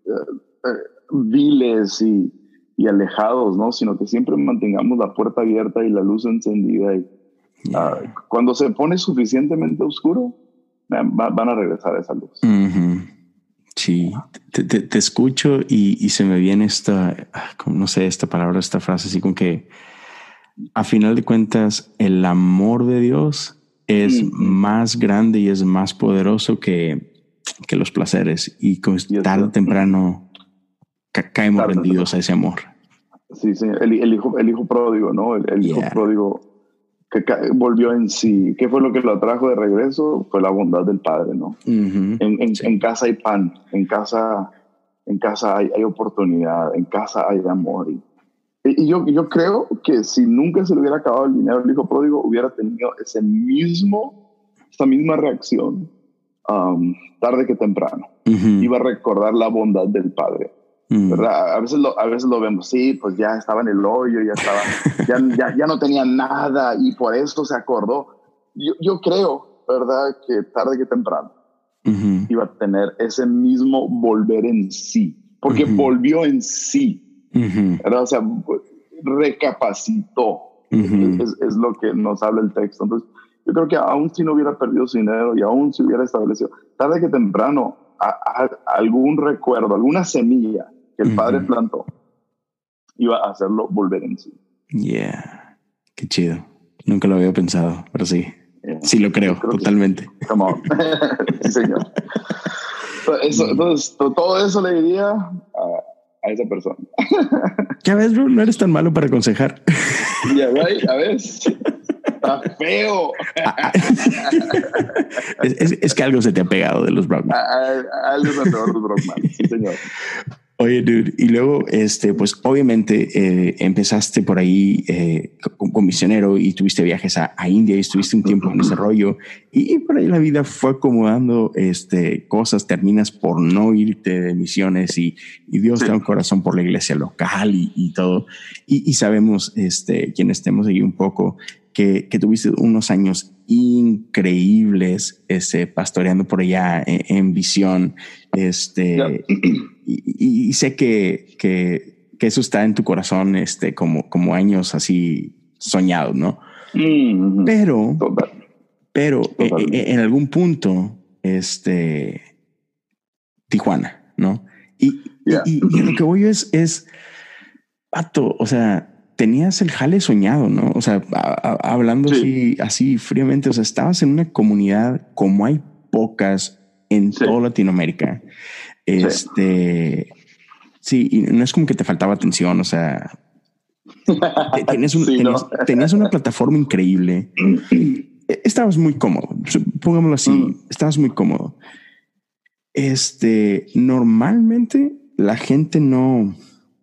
viles y alejados, ¿no? Sino que siempre mantengamos la puerta abierta y la luz encendida. Y cuando se pone suficientemente oscuro, van a regresar a esa luz. Sí, te escucho y se me viene no sé, esta palabra, esta frase, así como que a final de cuentas el amor de Dios es más grande y es más poderoso que los placeres, y tarde o temprano caemos rendidos a ese amor. Sí, el hijo pródigo, ¿no? El hijo pródigo que volvió en sí. ¿Qué fue lo que lo atrajo de regreso? Fue la bondad del Padre, ¿no? En casa hay pan, en casa hay oportunidad, en casa hay amor. Y yo creo que si nunca se le hubiera acabado el dinero, el hijo pródigo hubiera tenido esa misma reacción tarde que temprano. Iba a recordar la bondad del Padre. ¿Verdad? A veces lo vemos, sí, pues ya estaba en el hoyo, ya no tenía nada y por eso se acordó. Yo creo, ¿verdad?, que tarde que temprano iba a tener ese mismo volver en sí, porque volvió en sí, ¿verdad? O sea, recapacitó, es lo que nos habla el texto. Entonces, yo creo que aún si no hubiera perdido su dinero y aún si hubiera establecido, tarde que temprano, algún recuerdo, alguna semilla que el Padre plantó, iba a hacerlo volver en sí. Qué chido. Nunca lo había pensado, pero sí. Sí lo creo totalmente. Come on. Sí, señor. Entonces, todo eso le diría a esa persona. Ya ves, bro, no eres tan malo para aconsejar. Right? A ver. Está feo. es que algo se te ha pegado de los Brockman. Algo se te ha pegado de los Brockman, sí, señor. Oye, dude, y luego, pues obviamente empezaste por ahí con misionero y tuviste viajes a India y estuviste un tiempo en ese rollo, y por ahí la vida fue acomodando cosas, terminas por no irte de misiones y Dios te da un corazón por la iglesia local y todo, y sabemos, quienes estemos ahí un poco, que tuviste unos años increíbles pastoreando por allá en Visión, y sé que eso está en tu corazón, como años así soñados, ¿no? Pero en algún punto, Tijuana, ¿no? Y lo que voy es, pato, o sea, tenías el jale soñado, ¿no? O sea, hablando así fríamente, o sea, estabas en una comunidad como hay pocas en toda Latinoamérica. Sí, y no es como que te faltaba atención, o sea, tenías una plataforma increíble. Estabas muy cómodo, pongámoslo así, estabas muy cómodo. Normalmente la gente no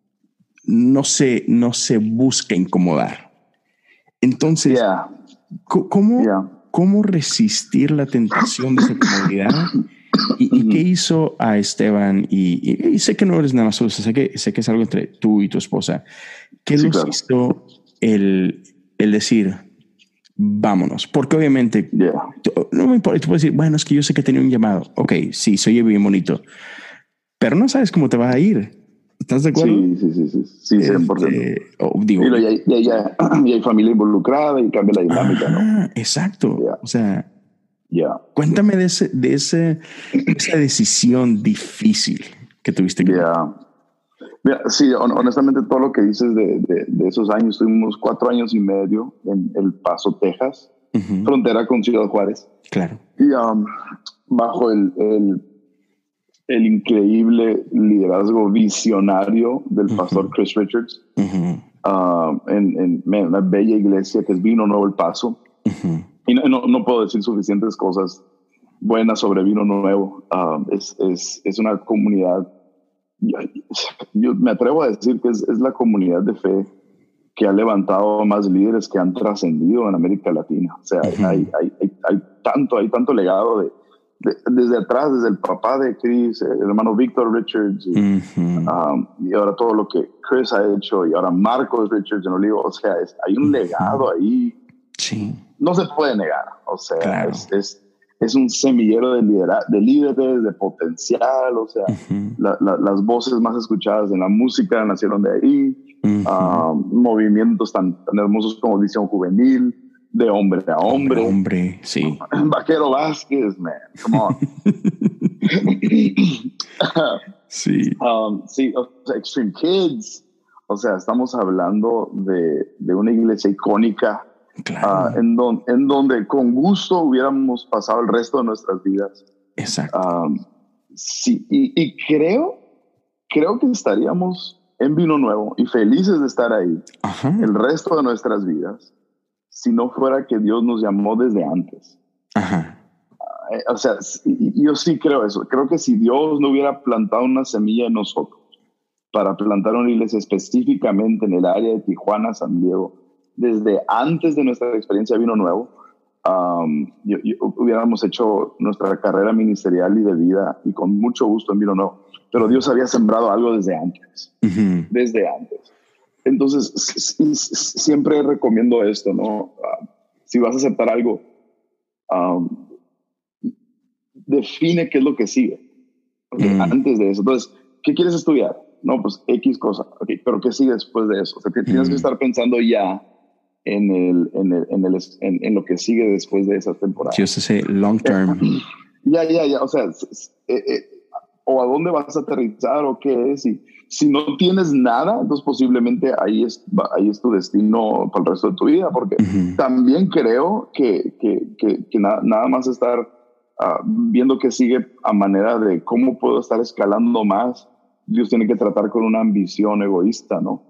se busca incomodar. Entonces, ¿cómo resistir la tentación de esa comodidad? ¿Y qué hizo a Esteban? Y sé que no eres nada más, o sea, sé que es algo entre tú y tu esposa. ¿Qué los hizo el decir, vámonos? Porque obviamente no me importa. Tú puedes decir, bueno, es que yo sé que tenía un llamado. Ok, sí, se oye bien bonito, pero no sabes cómo te va a ir. ¿Estás de acuerdo? Sí, 100%. Y hay familia involucrada y cambia la dinámica, ¿no? Exacto. O sea, cuéntame de esa decisión difícil que tuviste que tomar. Mira, sí, honestamente todo lo que dices de esos años, tuvimos 4 años y medio en El Paso, Texas, frontera con Ciudad Juárez. Claro. Y bajo el increíble liderazgo visionario del pastor Chris Richards, en una bella iglesia que es Vino Nuevo El Paso. Y no puedo decir suficientes cosas buenas sobre Vino Nuevo. Es una comunidad, yo me atrevo a decir que es la comunidad de fe que ha levantado más líderes que han trascendido en América Latina. O sea, hay tanto legado desde atrás, desde el papá de Chris, el hermano Victor Richards, y ahora todo lo que Chris ha hecho, y ahora Marcos Richards en Olivo. O sea, hay un legado ahí. Sí. No se puede negar. O sea, es un semillero de líderes, de potencial. O sea, las voces más escuchadas en la música nacieron de ahí. Movimientos tan hermosos como Visión Juvenil, de hombre a hombre. Sí. Vaquero Vázquez, man, come on. Sí. Sí, o sea, Extreme Kids. O sea, estamos hablando de una iglesia icónica, en donde con gusto hubiéramos pasado el resto de nuestras vidas. Exacto. Sí, y creo que estaríamos en Vino Nuevo y felices de estar ahí el resto de nuestras vidas si no fuera que Dios nos llamó desde antes. O sea, yo sí creo eso. Creo que si Dios no hubiera plantado una semilla en nosotros para plantar una iglesia específicamente en el área de Tijuana, San Diego, desde antes de nuestra experiencia de Vino Nuevo, hubiéramos hecho nuestra carrera ministerial y de vida y con mucho gusto en Vino Nuevo. Pero Dios había sembrado algo desde antes. Desde antes. Entonces, siempre recomiendo esto, ¿no? Si vas a aceptar algo, define qué es lo que sigue. Antes de eso. Entonces, ¿qué quieres estudiar? No, pues X cosa. Okay, pero ¿qué sigue después de eso? O sea, tienes que estar pensando ya en lo que sigue después de esa temporada. Sí, ese long term. Ya. O sea, o a dónde vas a aterrizar o qué es. Y si no tienes nada, entonces posiblemente ahí es tu destino para el resto de tu vida, porque también creo que nada más estar viendo que sigue a manera de cómo puedo estar escalando más. Dios tiene que tratar con una ambición egoísta, ¿no?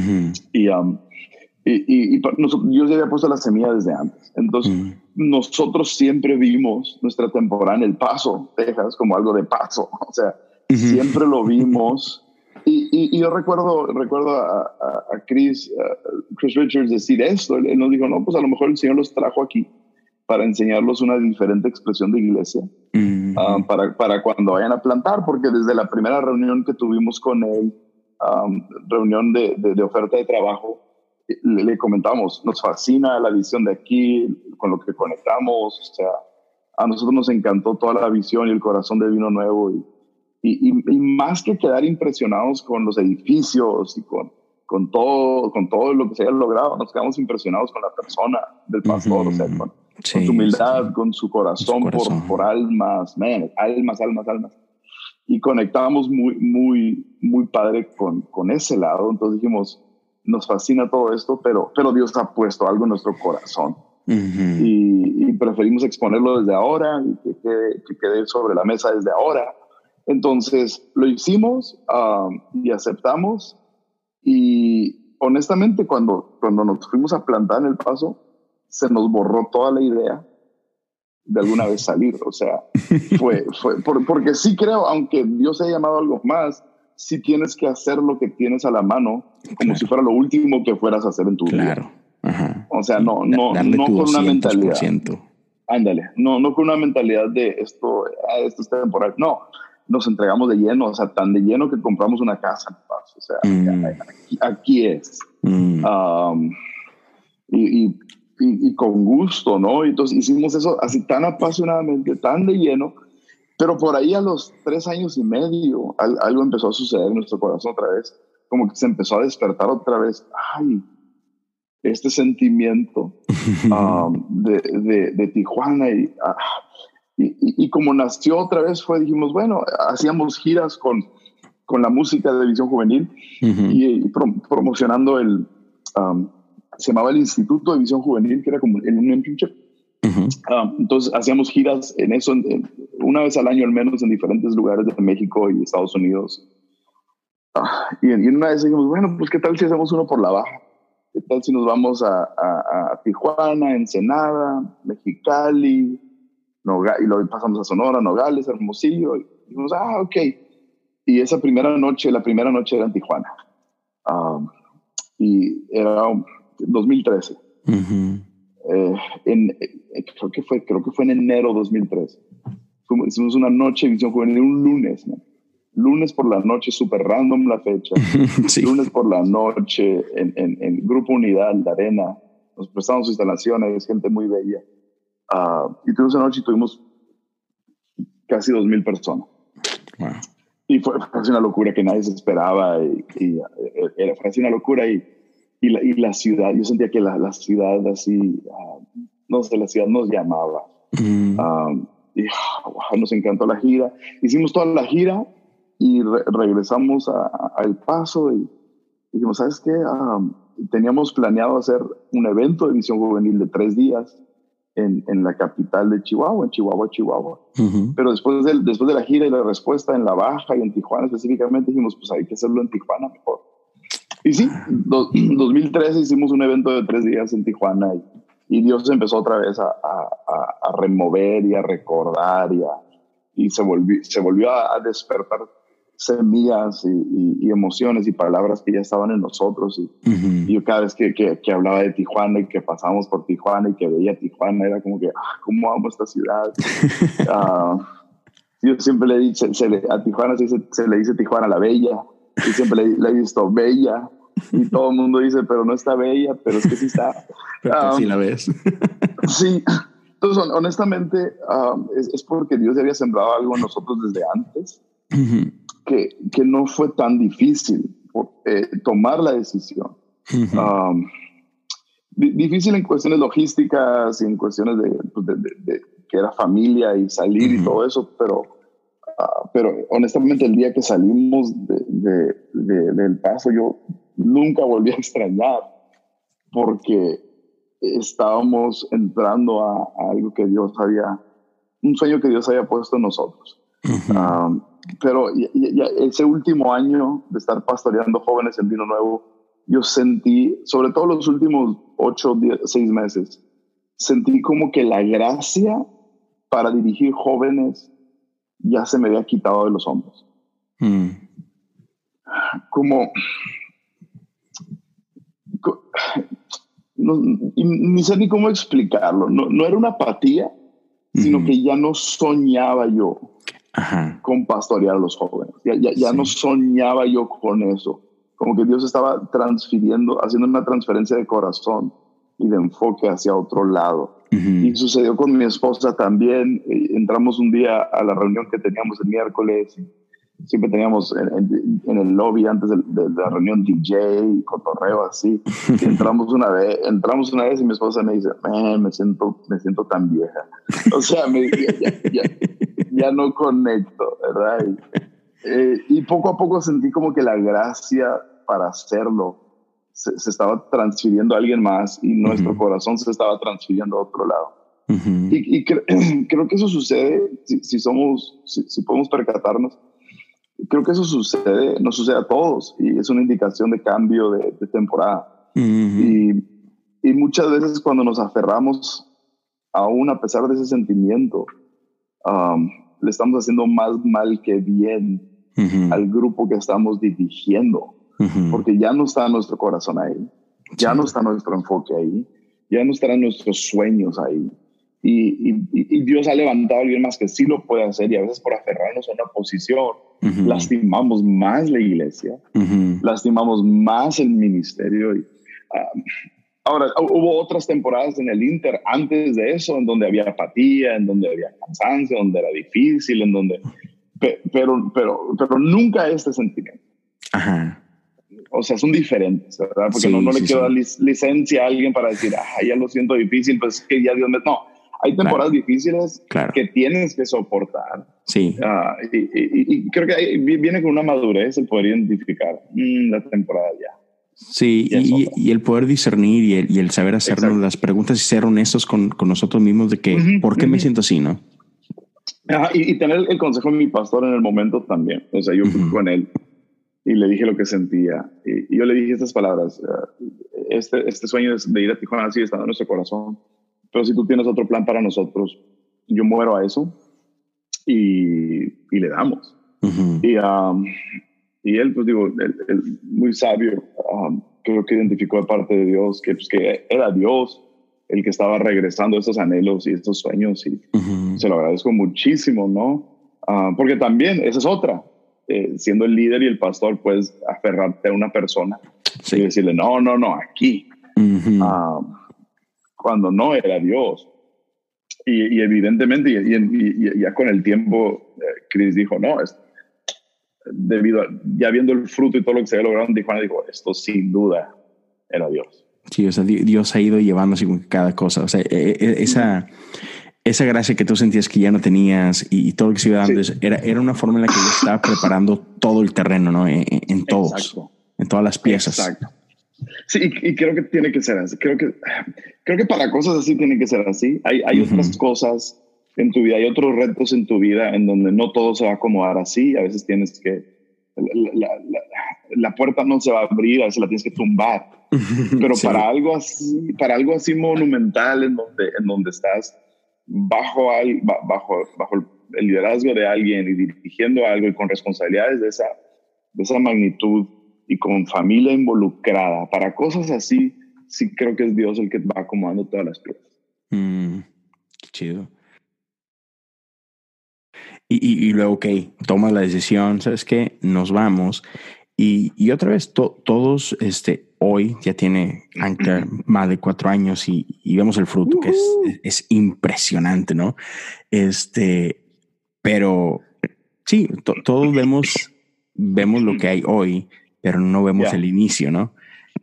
Y Dios ya había puesto la semilla desde antes. Entonces, nosotros siempre vimos nuestra temporada en El Paso, Texas, como algo de paso. O sea, siempre lo vimos. Y yo recuerdo a Chris Richards decir esto. Él nos dijo, no, pues a lo mejor el Señor los trajo aquí para enseñarlos una diferente expresión de iglesia, para cuando vayan a plantar, porque desde la primera reunión que tuvimos con él, reunión de oferta de trabajo, le comentamos, nos fascina la visión de aquí, con lo que conectamos. O sea, a nosotros nos encantó toda la visión y el corazón de Vino Nuevo, y más que quedar impresionados con los edificios y con todo lo que se haya logrado, nos quedamos impresionados con la persona del pastor. O sea, con su humildad, con su corazón, por almas, almas. Y conectamos muy, muy, muy padre con ese lado. Entonces dijimos, nos fascina todo esto, pero Dios ha puesto algo en nuestro corazón. Y preferimos exponerlo desde ahora y que quede sobre la mesa desde ahora. Entonces lo hicimos y aceptamos, y honestamente cuando nos fuimos a plantar en El Paso se nos borró toda la idea de alguna vez salir. O sea, porque sí creo, aunque Dios haya llamado a algo más, sí tienes que hacer lo que tienes a la mano, como si fuera lo último que fueras a hacer en tu vida. Ajá. O sea, no con una mentalidad. Ándale, no con una mentalidad de esto es temporal. No, nos entregamos de lleno, o sea, tan de lleno que compramos una casa en Paz. O sea, aquí es. Y con gusto, ¿no? Entonces hicimos eso así tan apasionadamente, tan de lleno, pero por ahí a los 3 años y medio algo empezó a suceder en nuestro corazón otra vez, como que se empezó a despertar otra vez. Ay, este sentimiento de Tijuana y como nació otra vez dijimos, bueno, hacíamos giras con la música de Visión Juvenil y promocionando se llamaba el Instituto de Visión Juvenil, que era como un internship. Entonces hacíamos giras en eso, una vez al año al menos, en diferentes lugares de México y Estados Unidos. Y en una vez dijimos, bueno, pues qué tal si hacemos uno por la Baja. ¿Qué tal si nos vamos a Tijuana, Ensenada, Mexicali, y luego pasamos a Sonora, Nogales, Hermosillo? Y dijimos, ok. Y la primera noche era en Tijuana. Y era 2013. Creo que fue en enero de 2013. Hicimos una noche de Visión Juvenil, un lunes, ¿no? Lunes por la noche, súper random la fecha. Sí. Lunes por la noche en Grupo Unidad, La Arena. Nos prestamos instalaciones, gente muy bella. Y tuvimos una noche y tuvimos casi 2,000 personas. Wow. Y fue casi una locura que nadie se esperaba. Fue así una locura. Y la ciudad, yo sentía que la ciudad así, no sé, la ciudad nos llamaba. Y nos encantó la gira. Hicimos toda la gira y regresamos a El Paso y dijimos, ¿sabes qué? Teníamos planeado hacer un evento de Visión Juvenil de 3 días en la capital de Chihuahua, en Chihuahua. Pero después de la gira y la respuesta en La Baja y en Tijuana específicamente, dijimos, pues hay que hacerlo en Tijuana mejor. Y sí, 2013 hicimos un evento de 3 días en Tijuana y Dios empezó otra vez a remover y a recordar y se volvió a despertar semillas y emociones y palabras que ya estaban en nosotros. Y yo cada vez que hablaba de Tijuana y que pasábamos por Tijuana y que veía Tijuana, era como que, ¿cómo amo esta ciudad? Yo siempre le he dicho, a Tijuana se le dice Tijuana la Bella, y siempre le he visto bella, y todo el mundo dice, pero no está bella, pero es que sí está. Pero sí la ves. Sí. Entonces, honestamente, es porque Dios había sembrado algo en nosotros desde antes, que no fue tan difícil tomar la decisión. Difícil en cuestiones logísticas y en cuestiones de que era familia y salir y todo eso, pero honestamente el día que salimos del Paso yo nunca volví a extrañar, porque estábamos entrando a algo que un sueño que Dios había puesto en nosotros. Pero ya ese último año de estar pastoreando jóvenes en Vino Nuevo, yo sentí, sobre todo los últimos 8, 6 meses, sentí como que la gracia para dirigir jóvenes ya se me había quitado de los hombros. Como ni sé ni cómo explicarlo. No era una apatía, sino que ya no soñaba yo con pastorear a los jóvenes. Ya no soñaba yo con eso. Como que Dios estaba haciendo una transferencia de corazón y de enfoque hacia otro lado. Y sucedió con mi esposa también. Entramos un día a la reunión que teníamos el miércoles. Siempre teníamos en el lobby antes de la reunión DJ, cotorreo así. Y entramos una vez y mi esposa me dice, me siento tan vieja. O sea, ya no conecto, ¿verdad? Y poco a poco sentí como que la gracia para hacerlo se estaba transfiriendo a alguien más y nuestro corazón se estaba transfiriendo a otro lado. Y creo que eso sucede, si podemos percatarnos, creo que eso nos sucede a todos y es una indicación de cambio de temporada. Y muchas veces cuando nos aferramos, aún a pesar de ese sentimiento, le estamos haciendo más mal que bien al grupo que estamos dirigiendo, porque ya no está nuestro corazón ahí, ya no está nuestro enfoque ahí, ya no estarán nuestros sueños ahí. Y Dios ha levantado a alguien más que sí lo puede hacer, y a veces por aferrarnos a una posición lastimamos más la iglesia, lastimamos más el ministerio. Ahora, hubo otras temporadas en el Inter antes de eso, en donde había apatía, en donde había cansancio, donde era difícil, en donde... Pero nunca este sentimiento. O sea, son diferentes, ¿verdad? Porque no le quiero dar licencia a alguien para decir, ya lo siento difícil, pues que ya Dios me... No, hay temporadas difíciles que tienes que soportar. Sí. Y creo que viene con una madurez el poder identificar la temporada ya. Sí, y el poder discernir y el saber hacernos las preguntas y ser honestos con nosotros mismos de que, ¿por qué me siento así, no? Y tener el consejo de mi pastor en el momento también. O sea, yo fui con él y le dije lo que sentía. Y yo le dije estas palabras: este sueño de ir a Tijuana sigue estando en nuestro corazón, pero si tú tienes otro plan para nosotros, yo muero a eso y le damos. Y él, pues digo, él muy sabio, creo que identificó de parte de Dios que era Dios el que estaba regresando estos anhelos y estos sueños, y se lo agradezco muchísimo, ¿no? Porque también esa es otra. Siendo el líder y el pastor, puedes aferrarte a una persona y decirle, no, aquí. Cuando no era Dios. Y evidentemente, y ya con el tiempo, Chris dijo, no, ya viendo el fruto y todo lo que se había logrado en Tijuana, dijo, esto sin duda era Dios. Sí, o sea, Dios ha ido llevando así con cada cosa. O sea, esa gracia que tú sentías que ya no tenías y todo lo que se iba dando, era una forma en la que Dios estaba preparando todo el terreno, ¿no? En todos, exacto, en todas las piezas. Exacto. Sí, y creo que tiene que ser así. Creo que para cosas así tiene que ser así. Hay otras cosas en tu vida, hay otros retos en tu vida en donde no todo se va a acomodar así. A veces tienes que... La puerta no se va a abrir, a veces la tienes que tumbar. Pero para algo así monumental en donde estás bajo el liderazgo de alguien y dirigiendo algo y con responsabilidades de esa magnitud y con familia involucrada, para cosas así, sí creo que es Dios el que va acomodando todas las piezas. Qué chido. Y luego, tomas la decisión, ¿sabes qué? Nos vamos. Y otra vez, todos, hoy ya tiene Anchor más de 4 años y vemos el fruto, que es impresionante, ¿no? Pero sí, todos vemos lo que hay hoy, pero no vemos el inicio, ¿no?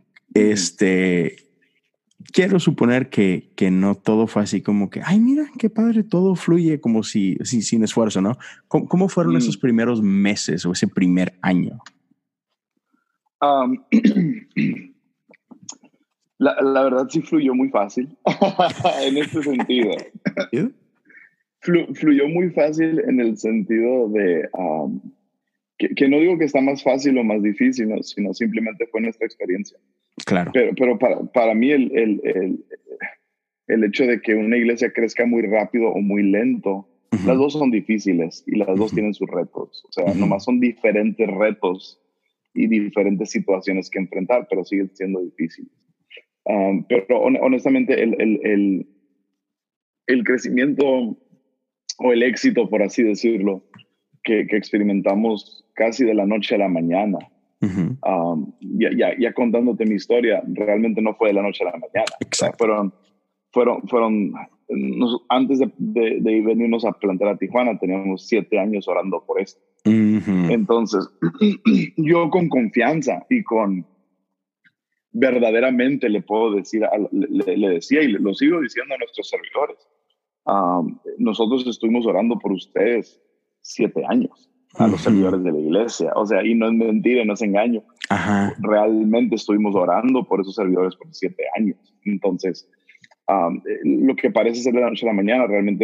Quiero suponer que no todo fue así como que, ay, mira, qué padre, todo fluye como si sin esfuerzo, ¿no? ¿Cómo fueron esos primeros meses o ese primer año? La verdad sí fluyó muy fácil en este sentido. Fluyó muy fácil en el sentido de que no digo que está más fácil o más difícil, ¿no? Sino simplemente fue nuestra experiencia. Claro. Pero para mí el hecho de que una iglesia crezca muy rápido o muy lento, las dos son difíciles y las dos tienen sus retos. O sea, nomás son diferentes retos y diferentes situaciones que enfrentar, pero siguen siendo difíciles. Pero honestamente el crecimiento o el éxito, por así decirlo, que experimentamos casi de la noche a la mañana, ya contándote mi historia, realmente no fue de la noche a la mañana. Exacto. Fueron antes de venirnos a plantar a Tijuana, teníamos 7 años orando por esto. Entonces, yo con confianza y con verdaderamente le puedo decir, le decía y lo sigo diciendo a nuestros servidores, nosotros estuvimos orando por ustedes 7 años, a los servidores de la iglesia. O sea, y no es mentira, no es engaño. Ajá. Realmente estuvimos orando por esos servidores por 7 años. Entonces, lo que parece ser de la noche a la mañana realmente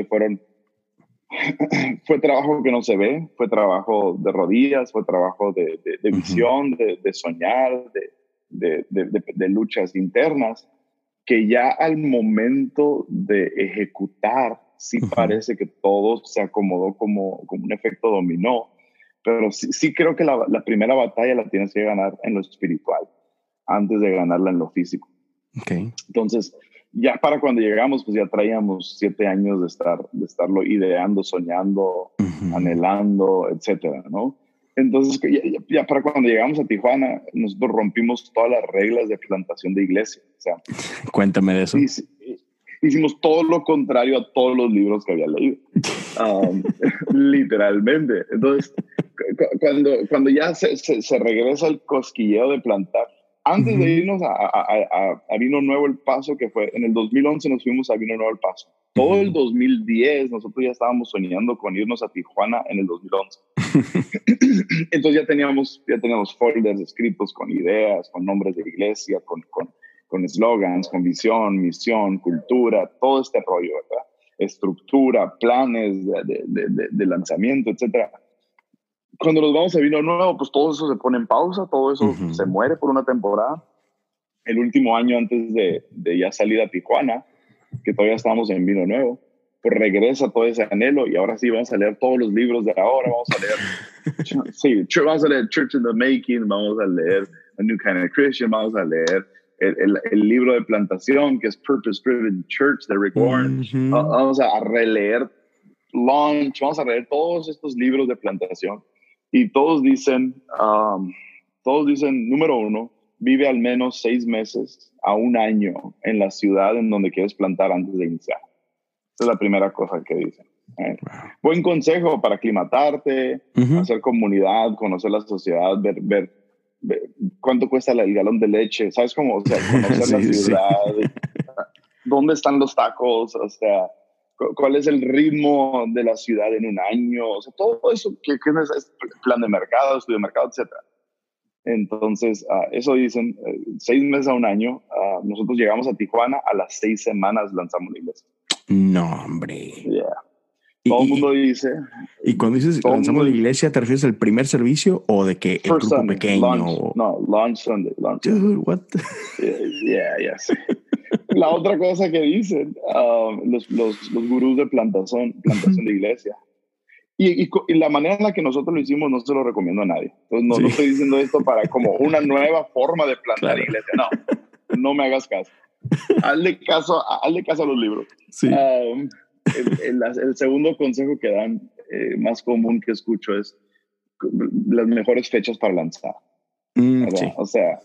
fue trabajo que no se ve, fue trabajo de rodillas, fue trabajo de visión, de soñar, de luchas internas, que ya al momento de ejecutar, sí parece que todo se acomodó como un efecto dominó, pero sí creo que la primera batalla la tienes que ganar en lo espiritual, antes de ganarla en lo físico. Okay. Entonces, ya para cuando llegamos, pues ya traíamos 7 años de estarlo ideando, soñando, anhelando, etcétera, ¿no? Entonces, ya para cuando llegamos a Tijuana, nosotros rompimos todas las reglas de plantación de iglesia. O sea, cuéntame de eso. Hicimos todo lo contrario a todos los libros que había leído. Literalmente. Entonces, cuando ya se regresa el cosquilleo de plantar, antes de irnos a Vino Nuevo El Paso, que fue en el 2011, nos fuimos a Vino Nuevo El Paso. Todo el 2010 nosotros ya estábamos soñando con irnos a Tijuana en el 2011. Entonces ya teníamos folders escritos con ideas, con nombres de iglesia, con eslogans, con visión, misión, cultura, todo este rollo, ¿verdad? Estructura, planes de lanzamiento, etcétera. Cuando nos vamos a Vino Nuevo, pues todo eso se pone en pausa, todo eso se muere por una temporada. El último año antes de ya salir a Tijuana, que todavía estábamos en Vino Nuevo, pues regresa todo ese anhelo y ahora sí vamos a leer todos los libros de ahora, vamos a leer, vamos a leer Church in the Making, vamos a leer A New Kind of Christian, vamos a leer el libro de plantación que es Purpose Driven Church de Rick Warren, vamos a releer Launch, vamos a leer todos estos libros de plantación y todos dicen, número 1, vive al menos 6 meses a 1 año en la ciudad en donde quieres plantar antes de iniciar. Esa es la primera cosa que dicen. Buen consejo para aclimatarte, hacer comunidad, conocer la sociedad, ver cuánto cuesta el galón de leche, ¿sabes cómo? O sea, conocer la ciudad, dónde están los tacos, o sea, cuál es el ritmo de la ciudad en 1 año, o sea, todo eso que es plan de mercado, estudio de mercado, etcétera. Entonces, eso dicen, 6 meses a 1 año. Nosotros llegamos a Tijuana, a las 6 semanas lanzamos la iglesia. No, hombre. Yeah. Todo el mundo dice. Y cuando dices lanzamos la iglesia, ¿te refieres al primer servicio o de que el grupo Sunday, pequeño? Launch Sunday. Dude, what? Yeah. La otra cosa que dicen los gurús de plantación de iglesia. Y la manera en la que nosotros lo hicimos no se lo recomiendo a nadie. Entonces, no estoy diciendo esto para como una nueva forma de plantar iglesia. No me hagas caso. Hazle caso a los libros. Sí. El segundo consejo que dan, más común que escucho, es las mejores fechas para lanzar. Sí. O sea,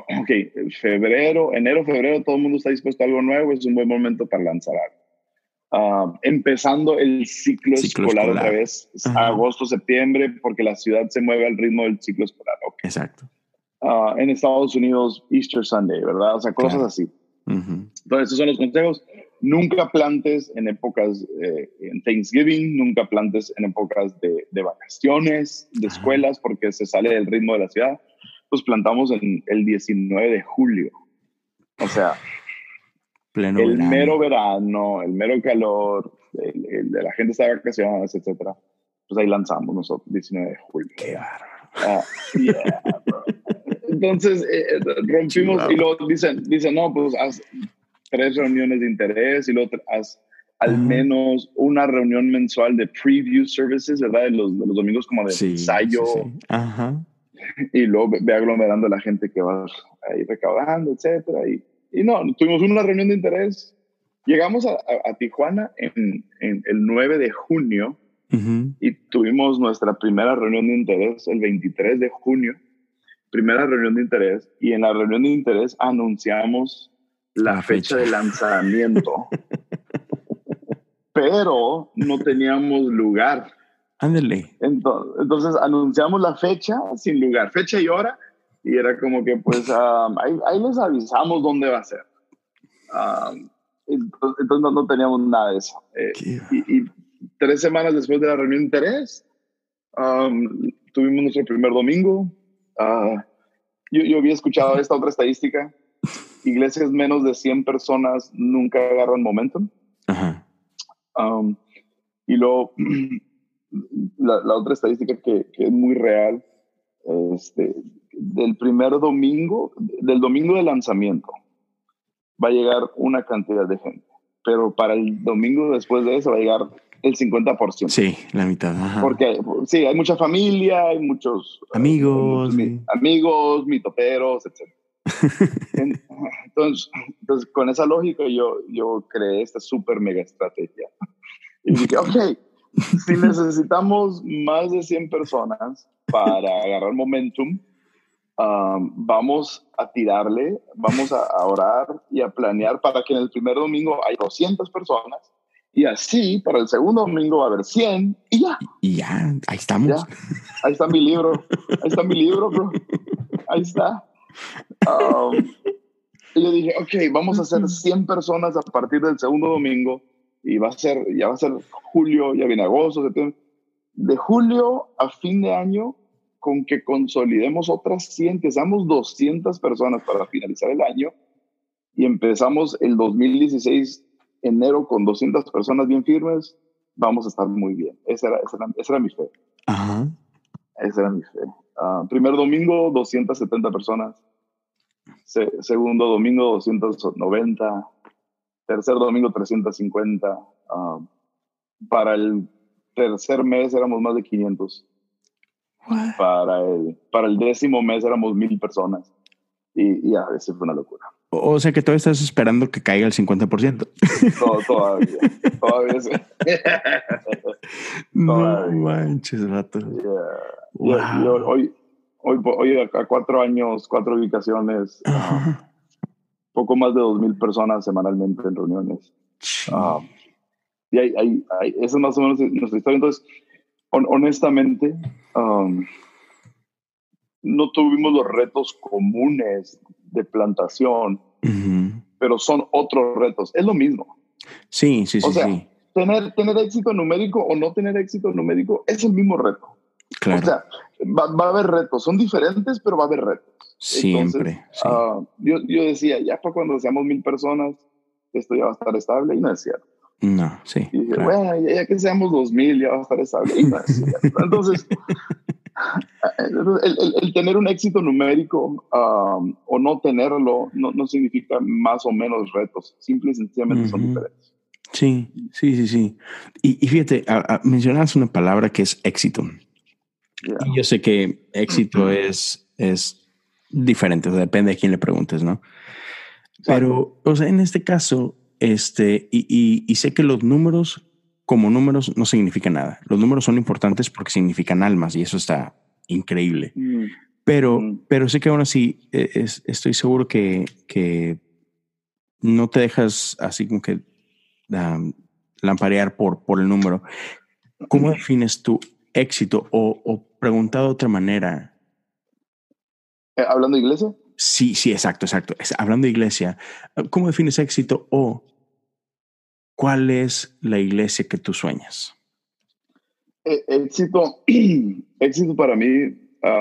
enero, febrero, todo el mundo está dispuesto a algo nuevo, es un buen momento para lanzar algo. Empezando el ciclo escolar otra vez, agosto, septiembre, porque la ciudad se mueve al ritmo del ciclo escolar. Exacto. En Estados Unidos, Easter Sunday, ¿verdad? O sea, cosas así. Entonces, esos son los consejos. Nunca plantes en épocas en Thanksgiving, nunca plantes en épocas de vacaciones, de escuelas, porque se sale del ritmo de la ciudad. Pues plantamos en el 19 de julio. O sea, pleno el verano. Mero verano, el mero calor, la gente está de vacaciones, etcétera. Pues ahí lanzamos nosotros, 19 de julio. Qué bárbaro. Yeah, bro. Entonces, rompimos y luego dicen, no, pues haz 3 reuniones de interés y luego haz al menos una reunión mensual de preview services, ¿verdad? De los domingos como de ensayo. Sí. Y luego ve aglomerando a la gente que va ahí recaudando, etcétera. Y no, tuvimos una reunión de interés. Llegamos a Tijuana en el 9 de junio y tuvimos nuestra primera reunión de interés el 23 de junio. Primera reunión de interés. Y en la reunión de interés anunciamos la fecha de lanzamiento. Pero no teníamos lugar. Ándale. Entonces anunciamos la fecha sin lugar, fecha y hora, y era como que pues ahí les avisamos dónde va a ser. Entonces no teníamos nada de eso. Y 3 semanas después de la reunión de interés, tuvimos nuestro primer domingo. yo había escuchado esta otra estadística. Iglesias menos de 100 personas nunca agarran momentum. Ajá. Y luego, la otra estadística que es muy real, del domingo de lanzamiento, va a llegar una cantidad de gente. Pero para el domingo después de eso va a llegar el 50%. Sí, la mitad. Ajá. Porque sí, hay mucha familia, hay muchos amigos, amigos, mitoperos, etc. Entonces, con esa lógica yo creé esta súper mega estrategia. Y dije, ok, si necesitamos más de 100 personas para agarrar momentum, vamos a tirarle, vamos a orar y a planear para que en el primer domingo hay 200 personas y así para el segundo domingo va a haber 100 y ya. Y ya, ahí estamos. Ya. Ahí está mi libro, bro. Ahí está. Y yo dije, ok, vamos a hacer 100 personas a partir del segundo domingo y ya va a ser julio, ya viene agosto, septiembre. De julio a fin de año, con que consolidemos otras 100, que seamos 200 personas para finalizar el año y empezamos el 2016 enero con 200 personas bien firmes, vamos a estar muy bien. Esa era mi fe. Ajá. Esa era mi fe. Primer domingo, 270 personas. Segundo domingo, 290. Tercer domingo, 350. Para el tercer mes éramos más de 500. What? Para el 10º mes éramos 1,000 personas. Y ya, eso fue una locura. O sea que todavía estás esperando que caiga el 50%. Todavía sí. No manches, vato. Yeah. Wow. Hoy a 4 años, 4 ubicaciones, poco más de 2,000 personas semanalmente en reuniones. Y esa es más o menos nuestra historia. Entonces, honestamente, no tuvimos los retos comunes de plantación, pero son otros retos. Es lo mismo. Sí. O sea, tener éxito numérico o no tener éxito numérico es el mismo reto. Claro. O sea, va a haber retos. Son diferentes, pero va a haber retos. Siempre. Entonces, yo decía, ya para cuando seamos 1,000 personas, esto ya va a estar estable, y no es cierto. No, sí. Y dije, claro. bueno, ya que seamos 2,000, ya va a estar estable, y no es cierto. Entonces, el tener un éxito numérico o no tenerlo no significa más o menos retos. Simple y sencillamente son diferentes. Sí. Y fíjate, mencionabas una palabra que es éxito. Yeah. Y yo sé que éxito es diferente, o sea, depende de quién le preguntes, ¿no? Exacto. Pero, o sea, en este caso, y sé que los números como números no significan nada. Los números son importantes porque significan almas y eso está increíble. Pero sé que aún así estoy seguro que no te dejas así como que lamparear por el número. ¿Cómo defines tu éxito? O preguntado de otra manera. ¿Hablando de iglesia? Sí, exacto. Hablando de iglesia, ¿cómo defines éxito o cuál es la iglesia que tú sueñas? Éxito para mí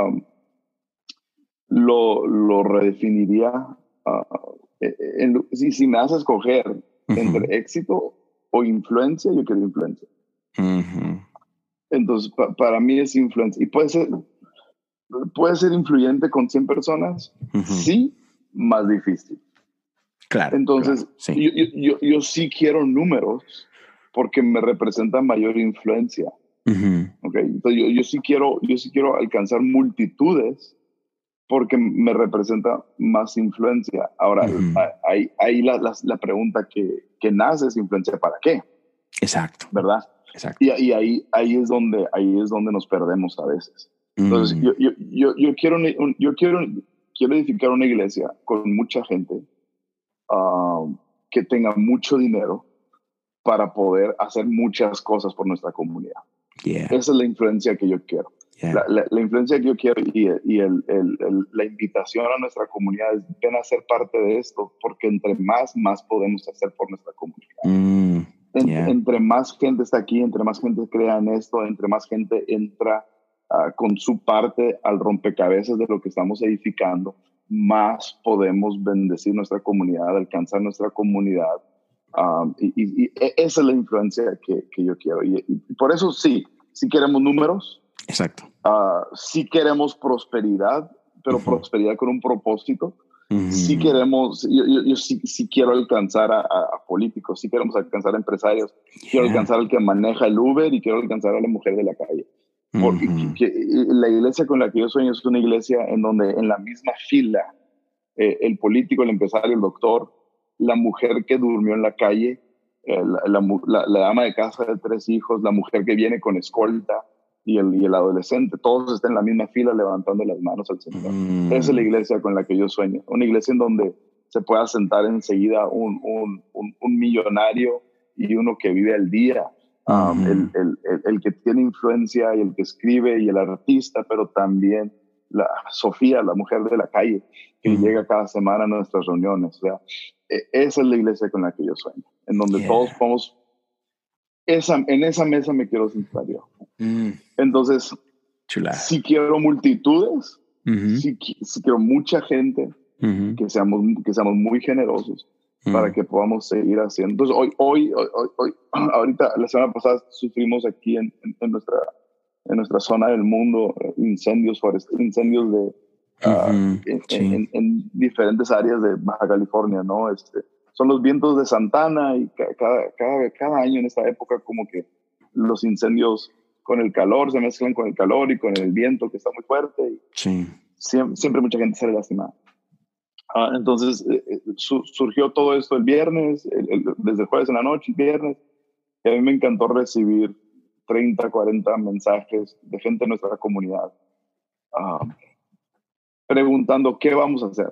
lo redefiniría. Si me haces escoger entre éxito o influencia, yo quiero influencia. Entonces, para mí es influencia. Y puede ser influyente con 100 personas, sí, más difícil. Claro. Entonces, claro, sí. yo sí quiero números porque me representan mayor influencia. Okay. Entonces, yo sí quiero alcanzar multitudes porque me representa más influencia. Ahora, ahí la pregunta que nace es influencia para qué. Exacto. ¿Verdad? Exacto. Y ahí es donde nos perdemos a veces. Entonces, yo quiero edificar una iglesia con mucha gente que tenga mucho dinero para poder hacer muchas cosas por nuestra comunidad. Yeah. Esa es la influencia que yo quiero. Yeah. La influencia que yo quiero y la invitación a nuestra comunidad es ven a ser parte de esto, porque entre más podemos hacer por nuestra comunidad. Entre más gente está aquí, entre más gente crea en esto, entre más gente entra con su parte al rompecabezas de lo que estamos edificando, más podemos bendecir nuestra comunidad, alcanzar nuestra comunidad. Y esa es la influencia que yo quiero. Y por eso sí queremos números. Exacto. Sí queremos prosperidad, pero prosperidad con un propósito. Sí queremos, yo sí quiero alcanzar a políticos, sí queremos alcanzar a empresarios, quiero alcanzar al que maneja el Uber y quiero alcanzar a la mujer de la calle. Porque la iglesia con la que yo sueño es una iglesia en donde en la misma fila el político, el empresario, el doctor, la mujer que durmió en la calle, la ama de casa de 3 hijos, la mujer que viene con escolta y el adolescente, todos están en la misma fila levantando las manos al Señor. Esa es la iglesia con la que yo sueño, una iglesia en donde se pueda sentar enseguida un millonario y uno que vive al día, el que tiene influencia y el que escribe y el artista, pero también Sofía, la mujer de la calle, que llega cada semana a nuestras reuniones. O sea, esa es la iglesia con la que yo sueño, en donde todos podemos, en esa mesa me quiero sentar yo. Entonces, si quiero multitudes, si quiero mucha gente, que seamos muy generosos para que podamos seguir haciendo. Entonces, hoy, ahorita, la semana pasada sufrimos aquí en nuestra zona del mundo incendios de en diferentes áreas de Baja California, ¿no? Son los vientos de Santana y cada año en esta época como que los incendios con el calor se mezclan con el calor y con el viento que está muy fuerte y siempre mucha gente sale lastimada. Entonces surgió todo esto el viernes, desde el jueves en la noche, el viernes, y a mí me encantó recibir 30, 40 mensajes de gente de nuestra comunidad preguntando qué vamos a hacer.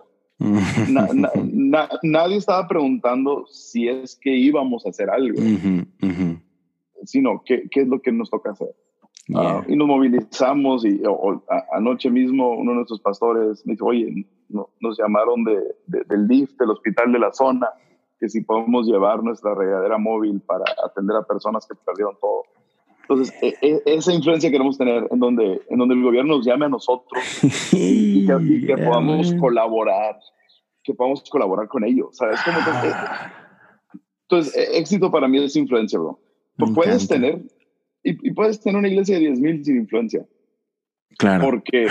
Nadie estaba preguntando si es que íbamos a hacer algo, sino qué es lo que nos toca hacer. Y nos movilizamos y anoche mismo uno de nuestros pastores me dijo, oye, nos llamaron del DIF, del hospital de la zona, que si podemos llevar nuestra regadera móvil para atender a personas que perdieron todo. Entonces, esa influencia queremos tener en donde el gobierno nos llame a nosotros y que podamos colaborar, con ellos. ¿Sabes? Entonces, éxito para mí es influencia, bro. Puedes tener una iglesia de 10,000 sin influencia. Claro. Porque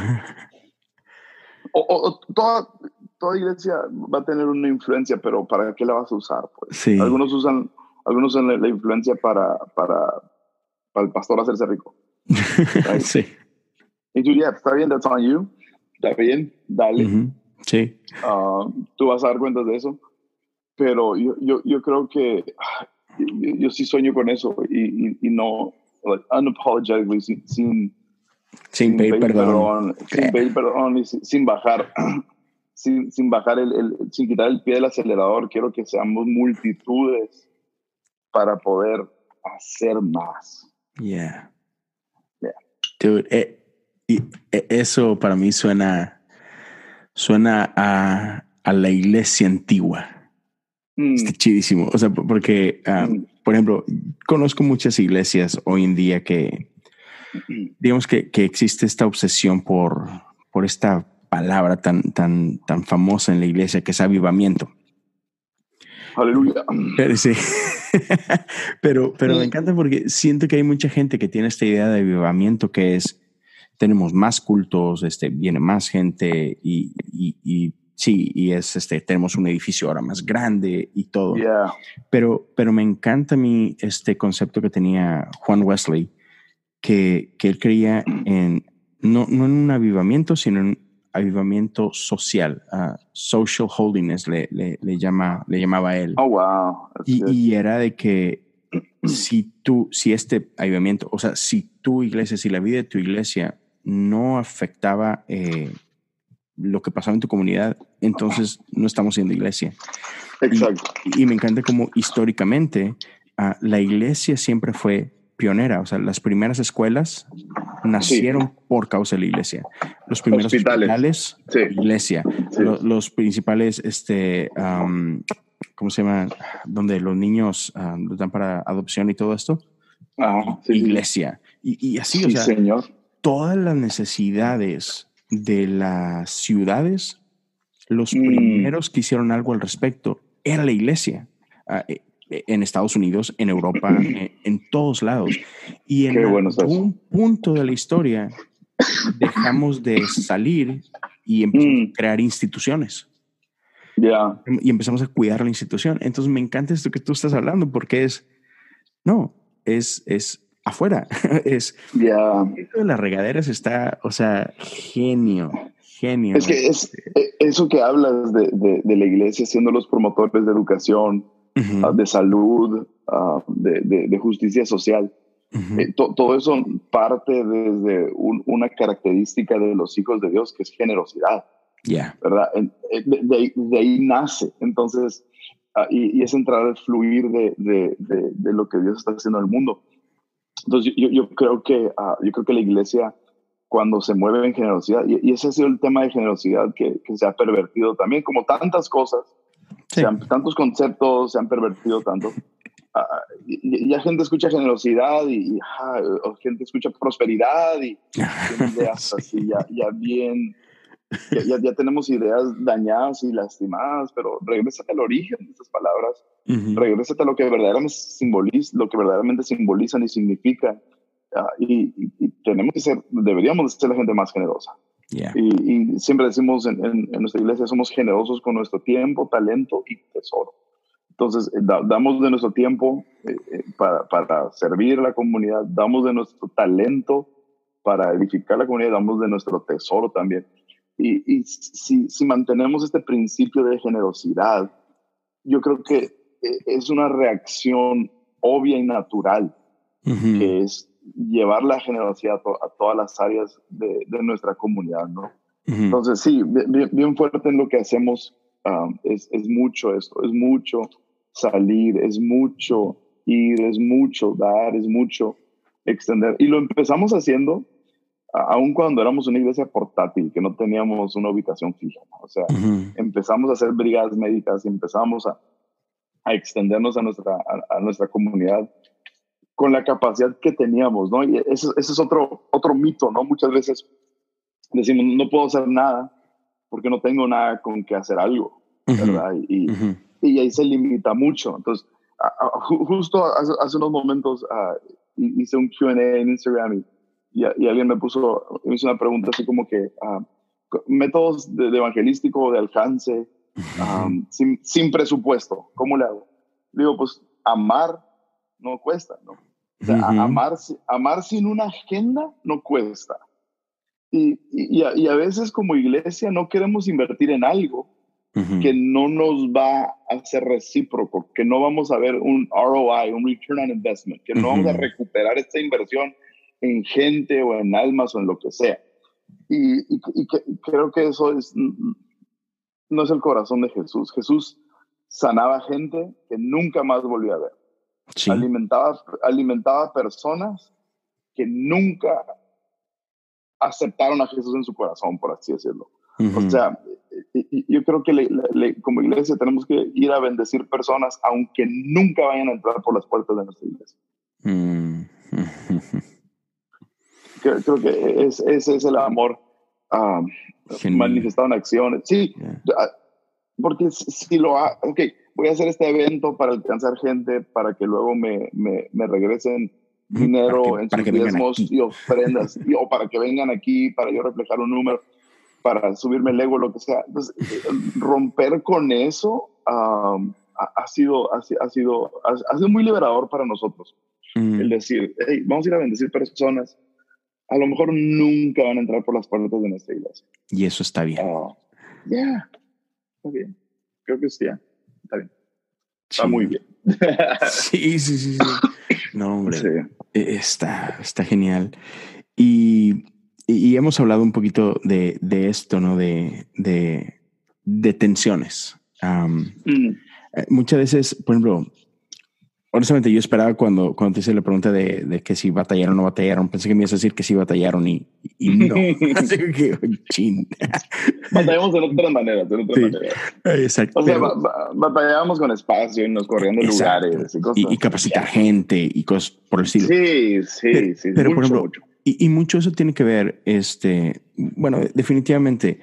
toda iglesia va a tener una influencia, pero ¿para qué la vas a usar? Pues? Sí. Algunos usan la influencia para el pastor hacerse rico. Sí. Y tú, está bien, that's on you. Está bien, dale. Sí. Tú vas a dar cuenta de eso. Pero yo creo que yo sí sueño con eso y no, like, unapologetically, sin pedir perdón. Sin pedir perdón y sin bajar. Sin bajar sin quitar el pie del acelerador. Quiero que seamos multitudes para poder hacer más. Yeah. Dude, eso para mí suena a la iglesia antigua. Está chidísimo. O sea, porque, por ejemplo, conozco muchas iglesias hoy en día que, digamos que existe esta obsesión por esta palabra tan famosa en la iglesia que es avivamiento. Aleluya. Sí. pero me encanta porque siento que hay mucha gente que tiene esta idea de avivamiento que es, tenemos más cultos, viene más gente y sí, y tenemos un edificio ahora más grande y todo. Yeah. Pero me encanta a mí este concepto que tenía Juan Wesley, que él creía en, no en un avivamiento, sino en avivamiento social, social holiness le llamaba él. Oh, wow. Y era de que si este avivamiento, o sea, si tu iglesia, si la vida de tu iglesia no afectaba lo que pasaba en tu comunidad, entonces no estamos siendo iglesia. Exacto. Y me encanta cómo históricamente la iglesia siempre fue pionera. O sea, las primeras escuelas nacieron por causa de la iglesia. Los primeros hospitales iglesia. Sí. Los principales, ¿cómo se llama? Donde los niños los dan para adopción y todo esto. Sí, iglesia. Y así, sí, o sea, señor. todas las necesidades de las ciudades, los primeros que hicieron algo al respecto era la iglesia. En Estados Unidos, en Europa, en todos lados. Y en algún punto de la historia dejamos de salir y empezamos a crear instituciones. Y empezamos a cuidar la institución. Entonces me encanta esto que tú estás hablando, porque es afuera. Esto de las regaderas está, o sea, genio. Es que eso que hablas de la iglesia siendo los promotores de educación, de salud, de justicia social. Todo eso parte desde una característica de los hijos de Dios, que es generosidad. ¿Verdad? De ahí nace. Entonces, y es entrar al fluir de lo que Dios está haciendo en el mundo. Entonces, yo creo que la iglesia, cuando se mueve en generosidad, y ese ha sido el tema de generosidad que se ha pervertido también, como tantas cosas. Tantos conceptos se han pervertido tanto. Ya gente escucha generosidad y gente escucha prosperidad y ideas así, ya tenemos ideas dañadas y lastimadas, pero regrésate al origen de estas palabras, regrésate a lo que verdaderamente simbolizan y significan, y deberíamos ser la gente más generosa. Y siempre decimos en nuestra iglesia, somos generosos con nuestro tiempo, talento y tesoro. Entonces, damos de nuestro tiempo para servir a la comunidad, damos de nuestro talento para edificar la comunidad, damos de nuestro tesoro también. Y si mantenemos este principio de generosidad, yo creo que es una reacción obvia y natural, que es llevar la generosidad a todas las áreas de nuestra comunidad, ¿no? Entonces, sí, bien fuerte en lo que hacemos. Es mucho esto, es mucho salir, es mucho ir, es mucho dar, es mucho extender. Y lo empezamos haciendo aun cuando éramos una iglesia portátil, que no teníamos una ubicación fija, ¿no? O sea, empezamos a hacer brigadas médicas y empezamos a extendernos a nuestra comunidad con la capacidad que teníamos, ¿no? Y ese es otro mito, ¿no? Muchas veces decimos, no puedo hacer nada porque no tengo nada con que hacer algo, ¿verdad? Y ahí se limita mucho. Entonces, justo hace unos momentos hice un Q&A en Instagram y alguien me hizo una pregunta así como que métodos de evangelístico, de alcance, sin presupuesto, ¿cómo le hago? Digo, pues amar no cuesta, ¿no? O sea, amar sin una agenda no cuesta. Y a veces como iglesia no queremos invertir en algo que no nos va a ser recíproco, que no vamos a ver un ROI, un Return on Investment, que no vamos a recuperar esta inversión en gente o en almas o en lo que sea. Y creo que eso no es el corazón de Jesús. Jesús sanaba gente que nunca más volvió a ver. Sí. Alimentaba personas que nunca aceptaron a Jesús en su corazón, por así decirlo. O sea, yo creo que como iglesia tenemos que ir a bendecir personas aunque nunca vayan a entrar por las puertas de nuestra iglesia. Creo que ese es el amor manifestado en acciones. Sí, porque si voy a hacer este evento para alcanzar gente, para que luego me regresen dinero en sus diezmos y ofrendas, o para que vengan aquí, para yo reflejar un número, para subirme el ego, lo que sea. Entonces, romper con eso ha sido muy liberador para nosotros. El decir, hey, vamos a ir a bendecir personas, a lo mejor nunca van a entrar por las puertas de nuestra iglesia. Y eso está bien. Está bien. Creo que sí, está bien. Está muy bien. Sí. No, hombre, sí. Está genial. Y hemos hablado un poquito de esto, ¿no? De tensiones. Muchas veces, por ejemplo, honestamente yo esperaba cuando te hice la pregunta de que si batallaron o no batallaron, pensé que me ibas a decir que sí batallaron y no. Así que, chin. Batallamos de otras maneras. Exacto. O sea, batallábamos con espacio y nos corrían de lugares y cosas. Y capacitar gente y cosas por el estilo. Sí. Pero por ejemplo, Y mucho eso tiene que ver, bueno, definitivamente,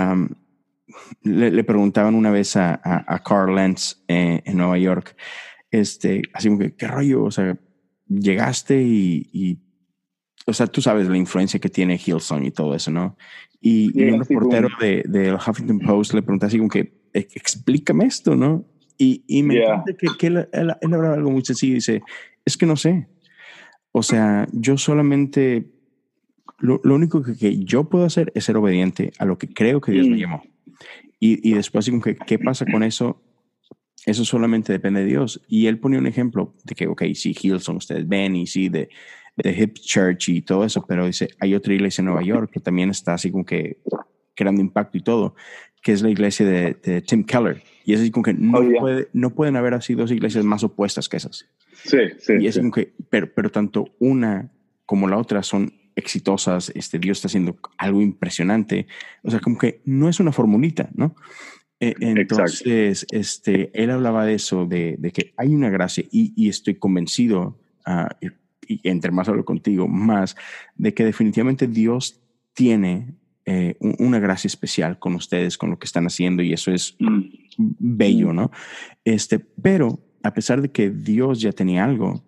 le preguntaban una vez a Carl Lentz en Nueva York, así como que, ¿qué rollo? O sea, llegaste y o sea, tú sabes la influencia que tiene Hillsong y todo eso, ¿no? Y un reportero del Huffington Post le preguntó así como que, explícame esto, ¿no? Y me encanta que él hablaba algo muy sencillo y dice, es que no sé. O sea, yo solamente, lo único que yo puedo hacer es ser obediente a lo que creo que Dios me llamó. Y después, así como que, ¿qué pasa con eso? Eso solamente depende de Dios. Y él ponía un ejemplo de que, ok, sí, Hillsong, ustedes ven y sí, de Hip Church y todo eso, pero dice, hay otra iglesia en Nueva York que también está así como que creando impacto y todo, que es la iglesia de Tim Keller. Y es así como que no pueden haber así dos iglesias más opuestas que esas. Sí. Y es como que, pero tanto una como la otra son exitosas, Dios está haciendo algo impresionante. O sea, como que no es una formulita, ¿no? Entonces, él hablaba de eso, de que hay una gracia y estoy convencido, y entre más hablo contigo, más de que definitivamente Dios tiene una gracia especial con ustedes, con lo que están haciendo, y eso es bello, ¿no? Pero a pesar de que Dios ya tenía algo,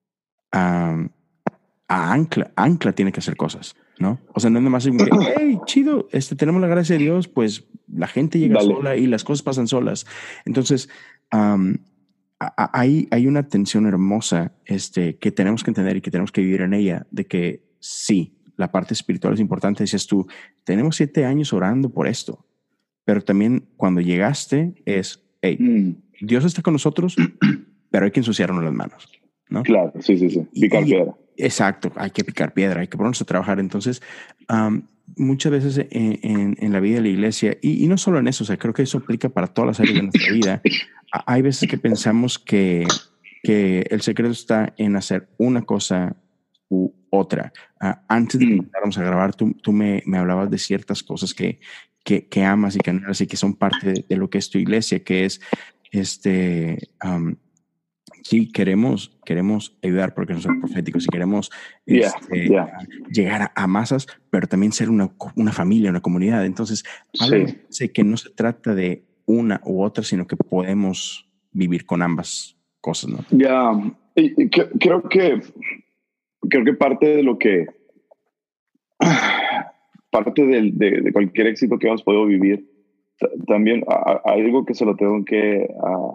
Ancla tiene que hacer cosas, ¿no? O sea, no es nomás como que, hey, chido, tenemos la gracia de Dios, pues la gente llega sola y las cosas pasan solas. Entonces, hay una tensión hermosa que tenemos que entender y que tenemos que vivir en ella, de que sí, la parte espiritual es importante. Decías tú, tenemos 7 años orando por esto, pero también cuando llegaste es, hey, Dios está con nosotros, pero hay que ensuciarnos las manos, ¿no? Claro, sí. Picar piedra. Exacto, hay que picar piedra, hay que ponernos a trabajar. Entonces, muchas veces en la vida de la iglesia, y no solo en eso, o sea, creo que eso aplica para todas las áreas de nuestra vida. Hay veces que pensamos que el secreto está en hacer una cosa u otra. Antes de que empezáramos a grabar, tú me hablabas de ciertas cosas que amas y que anhelas y que son parte de lo que es tu iglesia, que es sí, queremos ayudar porque somos proféticos y queremos llegar a masas, pero también ser una familia, una comunidad. Entonces, sé que no se trata de una u otra, sino que podemos vivir con ambas cosas, ¿no? Creo que parte de lo que parte de cualquier éxito que hemos podido vivir, también hay algo que se lo tengo que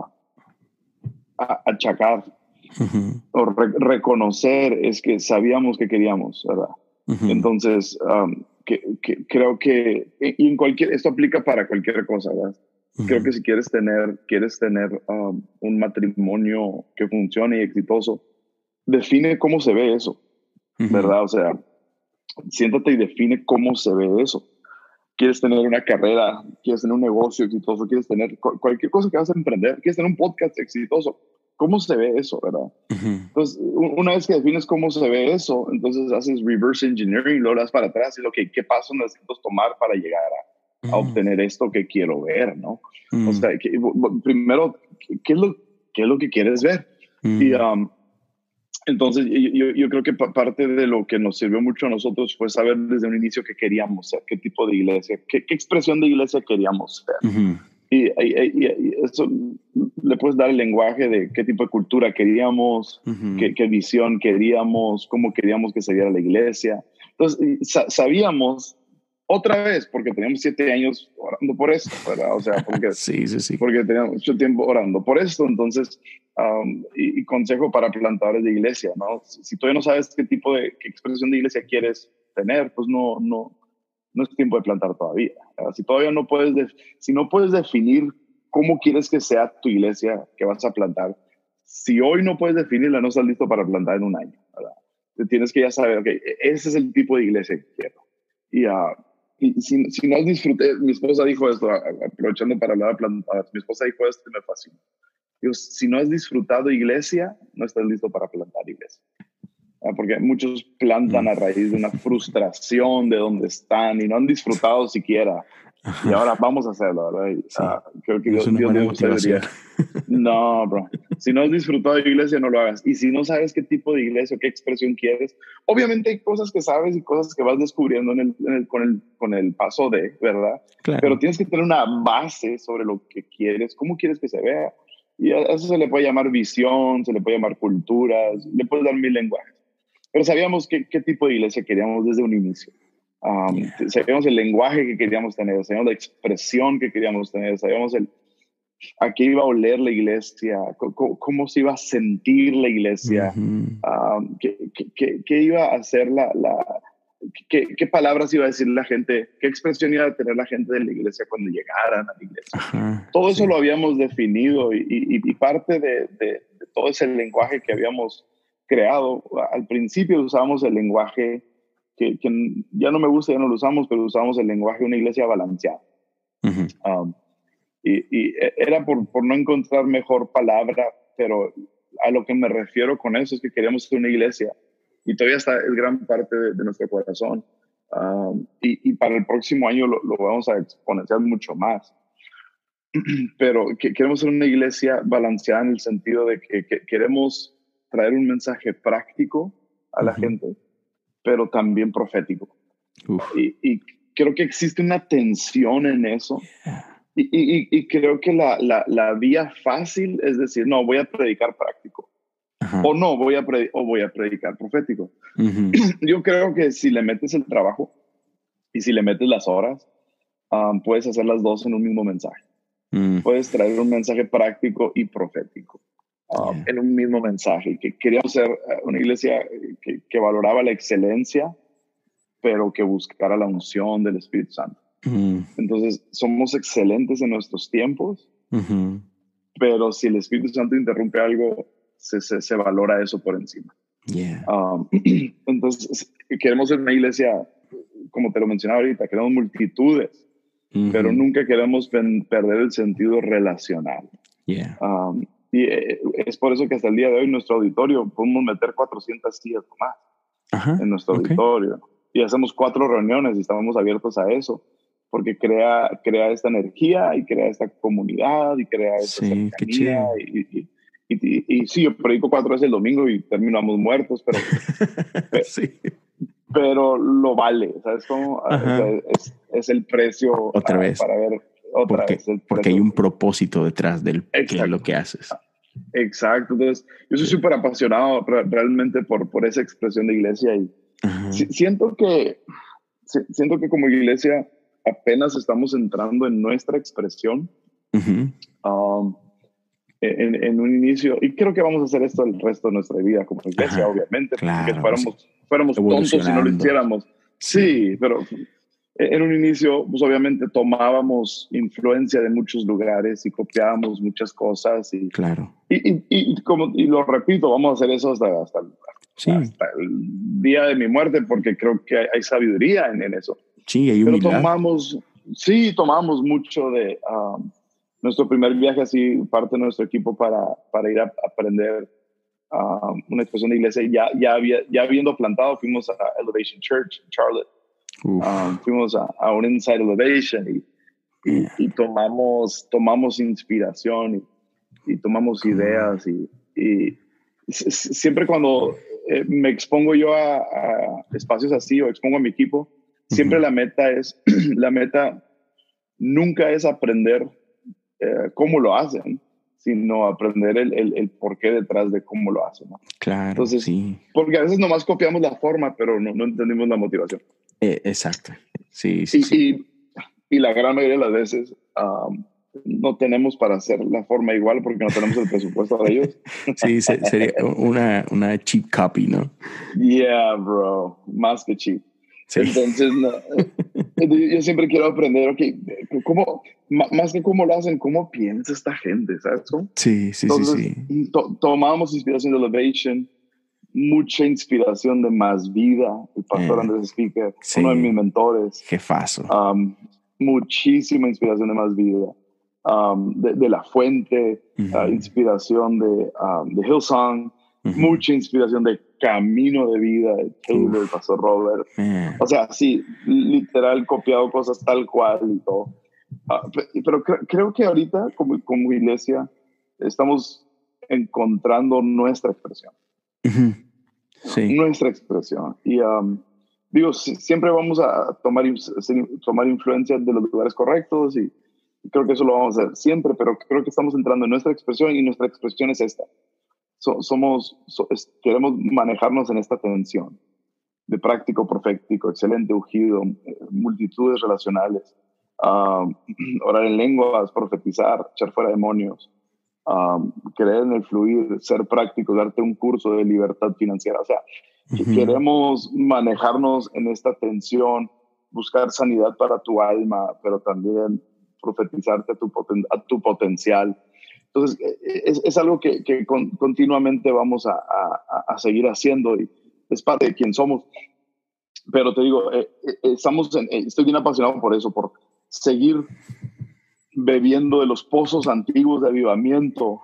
achacar o reconocer, es que sabíamos que queríamos, ¿verdad? Entonces, creo que, y esto aplica para cualquier cosa, ¿verdad? Creo que si quieres tener un matrimonio que funcione y exitoso, define cómo se ve eso, ¿verdad? O sea, siéntate y define cómo se ve eso. Quieres tener una carrera, quieres tener un negocio exitoso, quieres tener cualquier cosa que vas a emprender, quieres tener un podcast exitoso. ¿Cómo se ve eso, verdad? Entonces, una vez que defines cómo se ve eso, entonces haces reverse engineering, lo das para atrás y lo que, ¿qué pasos necesito tomar para llegar a obtener esto que quiero ver, ¿no? O sea, primero, ¿qué es lo que quieres ver? Y entonces, yo creo que parte de lo que nos sirvió mucho a nosotros fue saber desde un inicio qué queríamos ser, qué tipo de iglesia, qué expresión de iglesia queríamos ser. Y eso le puedes dar el lenguaje de qué tipo de cultura queríamos, qué visión queríamos, cómo queríamos que se viera la iglesia. Entonces, sabíamos otra vez, porque teníamos 7 años orando por esto, ¿verdad? O sea, porque, porque teníamos mucho tiempo orando por esto. Entonces, y consejo para plantadores de iglesia, ¿no? Si todavía no sabes qué expresión de iglesia quieres tener, pues no es tiempo de plantar todavía. Si todavía no puedes definir cómo quieres que sea tu iglesia que vas a plantar, si hoy no puedes definirla, no estás listo para plantar en un año, ¿verdad? Tienes que ya saber, ok, ese es el tipo de iglesia que quiero. Y si no disfruté, mi esposa dijo esto, aprovechando para hablar de plantadas, mi esposa dijo esto y me fascinó. Digo, si no has disfrutado iglesia, no estás listo para plantar iglesia. Porque muchos plantan a raíz de una frustración de donde están y no han disfrutado siquiera Y ahora vamos a hacerlo, ¿verdad? Y, Sí. creo que No es una buena motivación. no, bro. Si no has disfrutado de iglesia, no lo hagas. Y si no sabes qué tipo de iglesia o qué expresión quieres, obviamente hay cosas que sabes y cosas que vas descubriendo con el paso de, ¿verdad? Claro. Pero tienes que tener una base sobre lo que quieres, cómo quieres que se vea. Y a eso se le puede llamar visión, se le puede llamar culturas, le puedes dar 1000 lenguajes. Pero sabíamos qué tipo de iglesia queríamos desde un inicio. Sabíamos el lenguaje que queríamos tener, sabíamos la expresión que queríamos tener, sabíamos a qué iba a oler la iglesia, cómo se iba a sentir la iglesia, qué iba a hacer qué palabras iba a decir la gente, qué expresión iba a tener la gente de la iglesia cuando llegaran a la iglesia. Todo eso lo habíamos definido y parte de todo ese lenguaje que habíamos creado. Al principio usábamos el lenguaje que ya no me gusta, ya no lo usamos, pero usamos el lenguaje de una iglesia balanceada. Y era por no encontrar mejor palabra, pero a lo que me refiero con eso es que queríamos ser una iglesia y todavía está, es gran parte de nuestro corazón. Y para el próximo año lo vamos a exponenciar mucho más. Pero queremos ser una iglesia balanceada en el sentido de que queremos traer un mensaje práctico a la gente, pero también profético. Y creo que existe una tensión en eso. Y creo que la vía fácil es decir, no, voy a predicar práctico. O no, voy a predicar profético. Yo creo que si le metes el trabajo y si le metes las horas, puedes hacer las dos en un mismo mensaje. Puedes traer un mensaje práctico y profético en un mismo mensaje. Que queríamos ser una iglesia que valoraba la excelencia, pero que buscara la unción del Espíritu Santo. Entonces, somos excelentes en nuestros tiempos, pero si el Espíritu Santo interrumpe algo, se valora eso por encima. Entonces, queremos ser una iglesia, como te lo mencionaba ahorita, queremos multitudes, pero nunca queremos perder el sentido relacional. Y es por eso que hasta el día de hoy en nuestro auditorio podemos meter 400 sillas o más en nuestro auditorio. Y hacemos 4 reuniones y estamos abiertos a eso, porque crea esta energía y crea esta comunidad y crea esta cercanía. Y sí, yo predico 4 veces el domingo y terminamos muertos, pero, pero lo vale, ¿sabes cómo? O sea, es el precio otra vez. Para ver otra vez. Porque hay un propósito detrás de lo que haces. Exacto. Entonces, yo soy súper apasionado realmente por esa expresión de iglesia y siento que como iglesia apenas estamos entrando en nuestra expresión en un inicio, y creo que vamos a hacer esto el resto de nuestra vida como iglesia, obviamente, porque fuéramos tontos si no lo hiciéramos. Sí, pero en un inicio, pues obviamente tomábamos influencia de muchos lugares y copiábamos muchas cosas y lo repito, vamos a hacer eso hasta el día de mi muerte, porque creo que hay sabiduría en eso. Sí, hay humildad. Pero tomamos mucho de nuestro primer viaje, así parte de nuestro equipo para ir a aprender una expresión de iglesia. Y ya habiendo plantado, fuimos a Elevation Church en Charlotte. Fuimos a un Inside Elevation y tomamos inspiración y tomamos ideas y siempre cuando me expongo yo a espacios así o expongo a mi equipo, siempre la meta nunca es aprender cómo lo hacen, sino aprender el porqué detrás de cómo lo hacen, ¿no? Claro. Entonces, porque a veces nomás copiamos la forma, pero no entendimos la motivación. Exacto. Sí. Y la gran mayoría de las veces no tenemos para hacer la forma igual porque no tenemos el presupuesto de ellos. Sí, sería una cheap copy, ¿no? Yeah, bro. Más que cheap. Sí. Entonces, yo siempre quiero aprender, más que cómo lo hacen, cómo piensa esta gente, ¿sabes? Sí. Entonces, tomamos inspiración de Elevation, mucha inspiración de Más Vida, el pastor Andrés Speaker, uno de mis mentores. Jefazo. Muchísima inspiración de Más Vida. De La Fuente, inspiración de Hillsong, mucha inspiración de Camino de Vida, de Taylor, el Pastor Robert. O sea, sí, literal copiado cosas tal cual y todo. Pero creo que ahorita, como iglesia, estamos encontrando nuestra expresión. Sí. Nuestra expresión. Y digo, siempre vamos a tomar influencia de los lugares correctos y creo que eso lo vamos a hacer siempre, pero creo que estamos entrando en nuestra expresión y nuestra expresión es esta. Queremos manejarnos en esta tensión de práctico, profético, excelente, ungido, multitudes relacionales, orar en lenguas, profetizar, echar fuera demonios, creer en el fluir, ser práctico, darte un curso de libertad financiera. O sea, queremos manejarnos en esta tensión, buscar sanidad para tu alma, pero también profetizarte a tu potencial. Entonces, es algo que continuamente vamos a seguir haciendo y es parte de quien somos. Pero te digo, estoy bien apasionado por eso, por seguir bebiendo de los pozos antiguos de avivamiento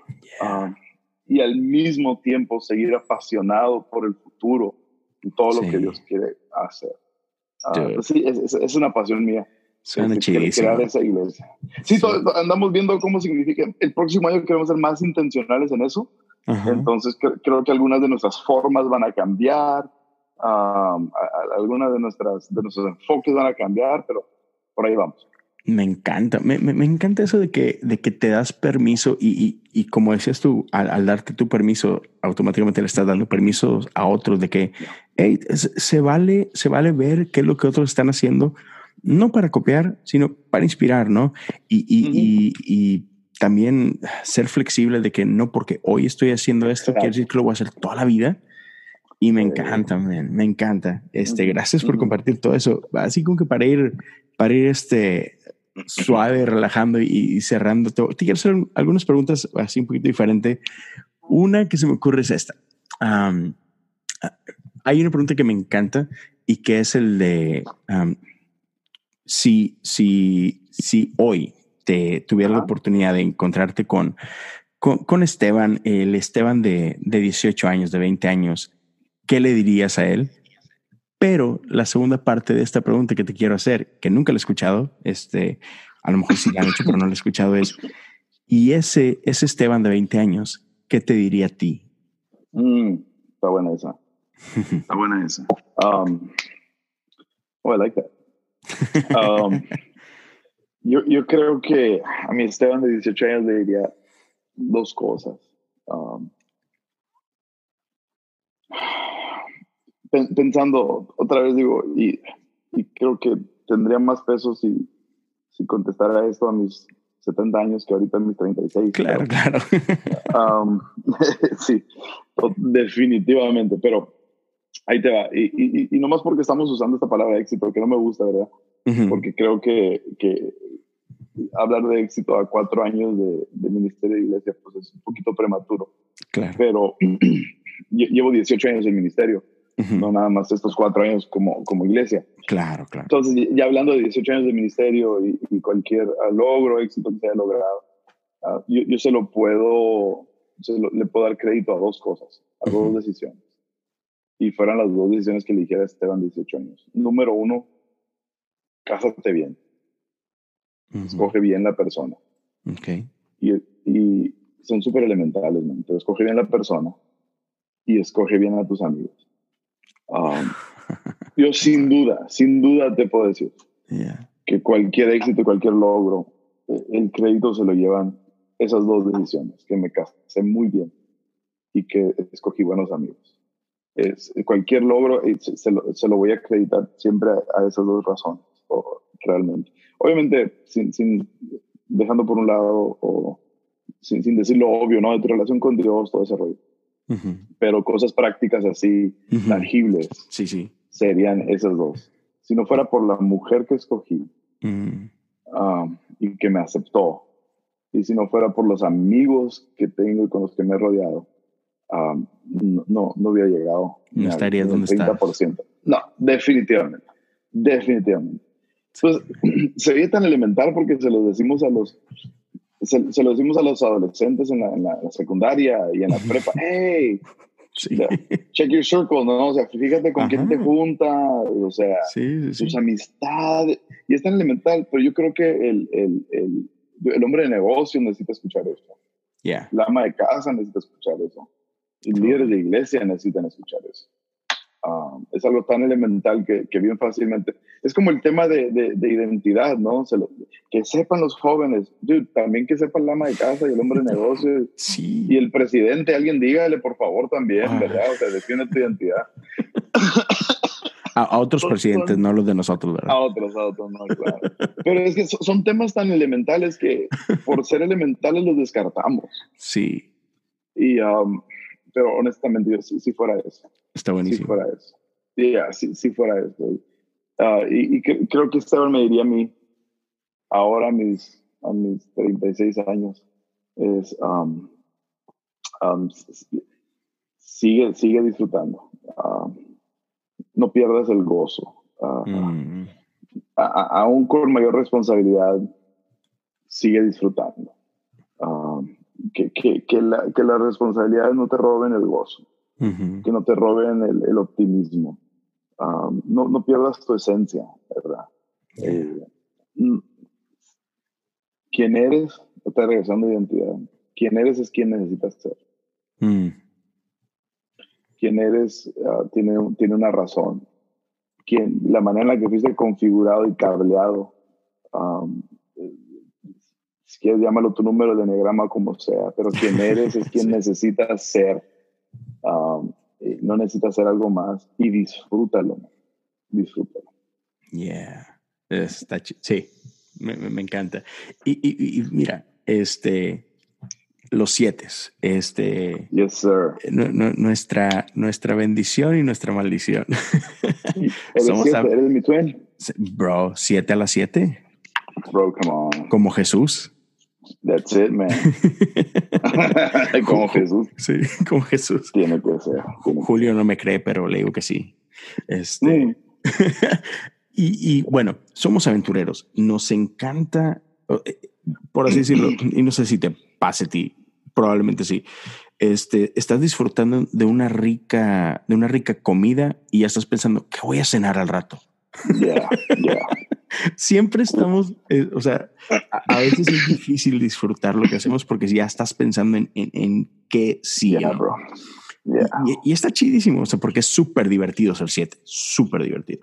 y al mismo tiempo seguir apasionado por el futuro y todo lo que Dios quiere hacer. Sí, es una pasión mía. Suena chidísimo. Crear esa iglesia. Sí, andamos viendo cómo significa. El próximo año queremos ser más intencionales en eso. Entonces creo que algunas de nuestras formas van a cambiar, algunas de nuestros enfoques van a cambiar, pero por ahí vamos. Me encanta, me encanta eso de que te das permiso y como decías tú, al darte tu permiso, automáticamente le estás dando permisos a otros de que hey, se vale ver qué es lo que otros están haciendo, no para copiar, sino para inspirar, ¿no? Y también ser flexible de que no porque hoy estoy haciendo esto, quiere decir que lo voy a hacer toda la vida. Y me encanta, man, me encanta. Gracias por compartir todo eso. Así como que para ir suave, relajando y cerrando. Te quiero hacer algunas preguntas así un poquito diferente. Una que se me ocurre es esta. Hay una pregunta que me encanta y que es el de si hoy te tuviera la oportunidad de encontrarte con Esteban, el Esteban de 18 años, de 20 años, ¿qué le dirías a él? Pero la segunda parte de esta pregunta que te quiero hacer, que nunca la he escuchado, a lo mejor sí la han hecho, pero no la he escuchado, es, ¿y ese Esteban de 20 años, qué te diría a ti? Está buena esa. Está buena esa. I like that. Yo creo que a mi Esteban de 18 años le diría dos cosas. Pensando otra vez, digo, y creo que tendría más peso si contestara esto a mis 70 años que ahorita a mis 36. Claro, claro. Sí, definitivamente, pero ahí te va. Y no más porque estamos usando esta palabra éxito, que no me gusta, ¿verdad? Porque creo que hablar de éxito a 4 años de ministerio de iglesia, pues es un poquito prematuro. Claro. Pero llevo 18 años en ministerio. No nada más estos 4 años como iglesia. Claro, claro. Entonces, ya hablando de 18 años de ministerio y cualquier logro, éxito que se haya logrado, yo le puedo dar crédito a dos cosas, a dos decisiones. Y fueran las dos decisiones que le dijera a Esteban 18 años. Número 1, cásate bien. Escoge bien la persona. Okay. Y son súper elementales, ¿no? Pero escoge bien la persona y escoge bien a tus amigos. Yo sin duda te puedo decir que cualquier éxito, cualquier logro, el crédito se lo llevan esas dos decisiones, que me casé muy bien y que escogí buenos amigos. Cualquier logro se lo voy a acreditar siempre a esas dos razones, realmente. Obviamente, sin dejando por un lado o sin decir lo obvio, ¿no? De tu relación con Dios, todo ese rollo. Pero cosas prácticas así, tangibles, sí. serían esas dos. Si no fuera por la mujer que escogí y que me aceptó, y si no fuera por los amigos que tengo y con los que me he rodeado, no hubiera llegado. No estaría donde estás. 30%. No, definitivamente. Pues se ve tan elemental porque se lo decimos a los adolescentes en la secundaria y en la prepa. ¡Hey! Sí. Check your circle, ¿no? O sea, fíjate con quién te junta, o sea, tus amistades. Y es tan elemental, pero yo creo que el hombre de negocio necesita escuchar eso. Yeah. La ama de casa necesita escuchar eso. Y líderes de iglesia necesitan escuchar eso. Es algo tan elemental que bien fácilmente. Es como el tema de identidad, ¿no? Que sepan los jóvenes, dude, también que sepan la ama de casa y el hombre de negocios. Sí. Y el presidente, alguien dígale, por favor, también, ¿verdad? O sea, defiende tu identidad. A otros presidentes, no los de nosotros, ¿verdad? A otros, no, claro. Pero es que son temas tan elementales que por ser elementales los descartamos. Sí. Y, pero honestamente, yo, si fuera eso. Está buenísimo. Si fuera eso. Yeah, si fuera eso. Y creo que Esteban me diría a mí, ahora a mis 36 años, es sigue disfrutando. No pierdas el gozo. Aún con mayor responsabilidad, sigue disfrutando. Que las responsabilidades no te roben el gozo. Que no te roben el optimismo. No pierdas tu esencia, ¿verdad? Quién eres, está regresando a identidad. Quién eres es quien necesitas ser. Quién eres tiene una razón. La manera en la que fuiste configurado y cableado, si quieres llámalo tu número de enegrama como sea, pero quién eres es quien necesitas ser. No necesitas hacer algo más y disfrútalo. Yeah. Sí, me encanta. Y mira, los 7, yes, sir. nuestra bendición y nuestra maldición. ¿Eres mi twin? Bro, 7 a las 7. Bro, come on. Como Jesús. That's it, man. Como Jesús. Sí, como Jesús. Tiene que ser. Julio no me cree, pero le digo que sí. Y bueno, somos aventureros. Nos encanta, por así decirlo, y no sé si te pase a ti, probablemente sí. Estás disfrutando de una rica comida y ya estás pensando, ¿qué voy a cenar al rato? Yeah. Siempre estamos, o sea, a veces es difícil disfrutar lo que hacemos porque ya estás pensando en qué sigue. Yeah, bro. Yeah. Y está chidísimo, o sea, porque es súper divertido ser 7, súper divertido.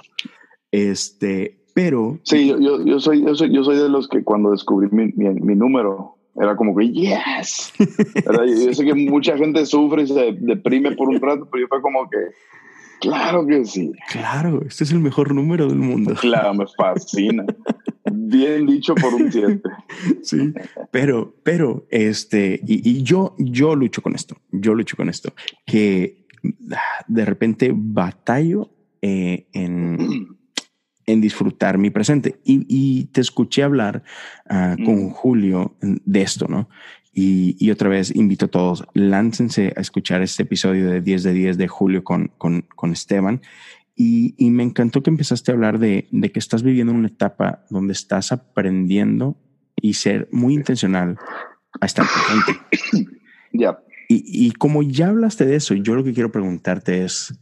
Pero sí, yo soy de los que cuando descubrí mi número era como que yes. Yo sé que mucha gente sufre y se deprime por un rato, pero yo fue como que claro que sí. Claro, este es el mejor número del mundo. Claro, me fascina. Bien dicho por un 7. Sí, pero y yo lucho con esto. Que de repente batallo en disfrutar mi presente. Y te escuché hablar con Julio de esto, ¿no? Y otra vez invito a todos, láncense a escuchar este episodio de 10 de 10 de Julio con Esteban. Y me encantó que empezaste a hablar de que estás viviendo una etapa donde estás aprendiendo y ser muy intencional a estar presente. Yeah. Y como ya hablaste de eso, yo lo que quiero preguntarte es,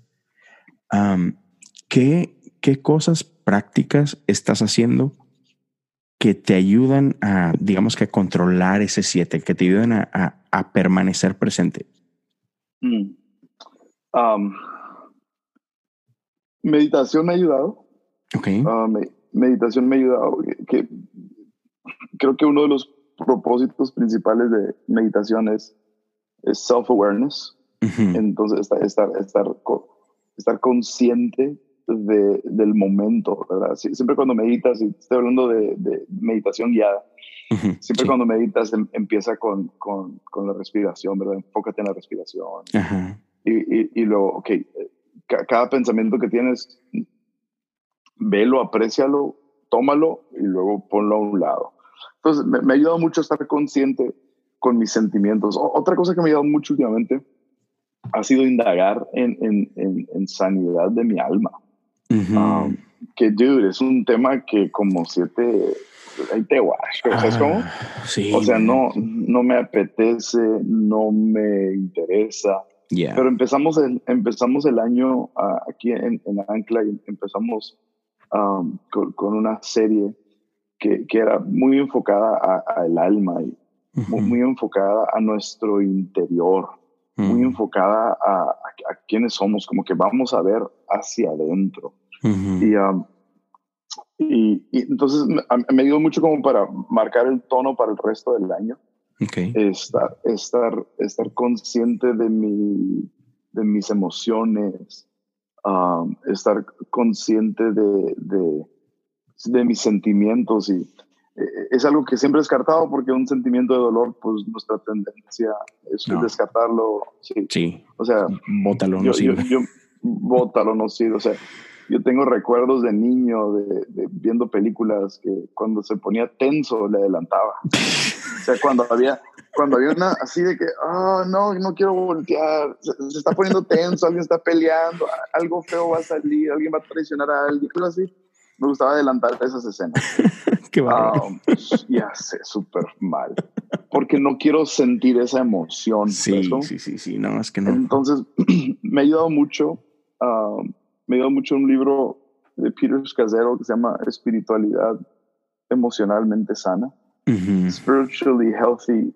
¿qué cosas prácticas estás haciendo que te ayudan a, digamos que a controlar ese 7, que te ayudan a permanecer presente? Meditación me ha ayudado. Okay. Meditación me ha ayudado. Creo que uno de los propósitos principales de meditación es self-awareness. Uh-huh. Entonces, estar consciente del momento, ¿verdad? Siempre cuando meditas, y estoy hablando de meditación guiada, uh-huh, siempre cuando meditas empieza con la respiración, ¿verdad? Enfócate en la respiración. Uh-huh. Y luego, ok, cada pensamiento que tienes, velo, aprécialo, tómalo y luego ponlo a un lado. Entonces, me ha ayudado mucho a estar consciente con mis sentimientos. Otra cosa que me ha ayudado mucho últimamente ha sido indagar en sanidad de mi alma. Uh-huh. Que, dude, es un tema que como 7, ahí te guacho, ¿sabes cómo? Sí, o sea, no me apetece, no me interesa, Yeah. Pero empezamos el año aquí en Ancla y empezamos con una serie que era muy enfocada al alma y muy enfocada a nuestro interior, muy enfocada a quiénes somos, como que vamos a ver hacia adentro. Y entonces me ayudó mucho como para marcar el tono para el resto del año. Okay. Estar consciente de mis emociones, estar consciente de mis sentimientos, y es algo que siempre he descartado, porque un sentimiento de dolor, pues nuestra tendencia es descartarlo. Sí. O sea, bótalo, no sirve. Bótalo, no sirve. O sea, yo tengo recuerdos de niño de viendo películas que cuando se ponía tenso le adelantaba. O sea, cuando había una así de que, no quiero voltear, se está poniendo tenso, alguien está peleando, algo feo va a salir, alguien va a traicionar a alguien, pero así. Me gustaba adelantar esas escenas. Qué bárbaro. Ya sé, súper mal. Porque no quiero sentir esa emoción. Sí. No, es que no. Entonces, me ha ayudado mucho. Me ha ayudado mucho un libro de Peter Scazzero que se llama Espiritualidad Emocionalmente Sana. Spiritually Healthy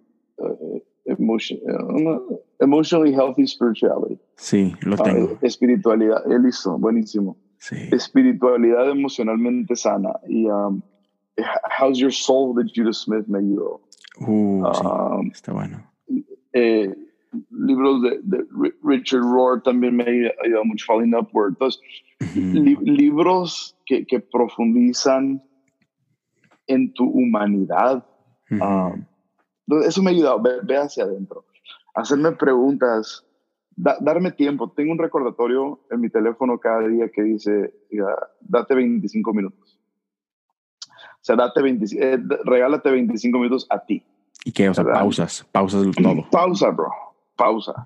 Emotionally Healthy Spirituality. Sí, lo tengo. Espiritualidad, él hizo, buenísimo. Sí. Espiritualidad emocionalmente sana. Y How's Your Soul de Judah Smith me ayudó. Sí, está bueno. Libros de Richard Rohr también me ha ayudado mucho, Falling Upward. Entonces, libros que profundizan en tu humanidad. Eso me ha ayudado, ve hacia adentro. Hacerme preguntas, darme tiempo. Tengo un recordatorio en mi teléfono cada día que dice, date 25 minutos. O sea, regálate 25 minutos a ti. ¿Y qué? O sea, pausas todo. Pausa, bro. Pausa.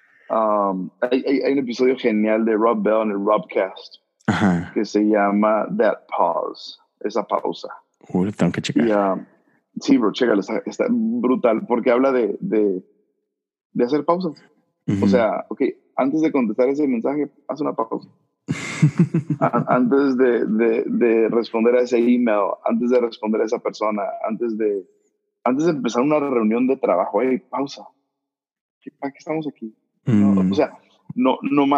Hay un episodio genial de Rob Bell en el Robcast que se llama That Pause. Esa pausa. Tengo que checar. Sí, bro, chécalo. Está brutal porque habla de hacer pausas. O sea, antes de contestar ese mensaje, haz una pausa. Antes de responder a ese email, antes de responder a esa persona, antes de empezar una reunión de trabajo, pausa. ¿Para qué estamos aquí? O sea, no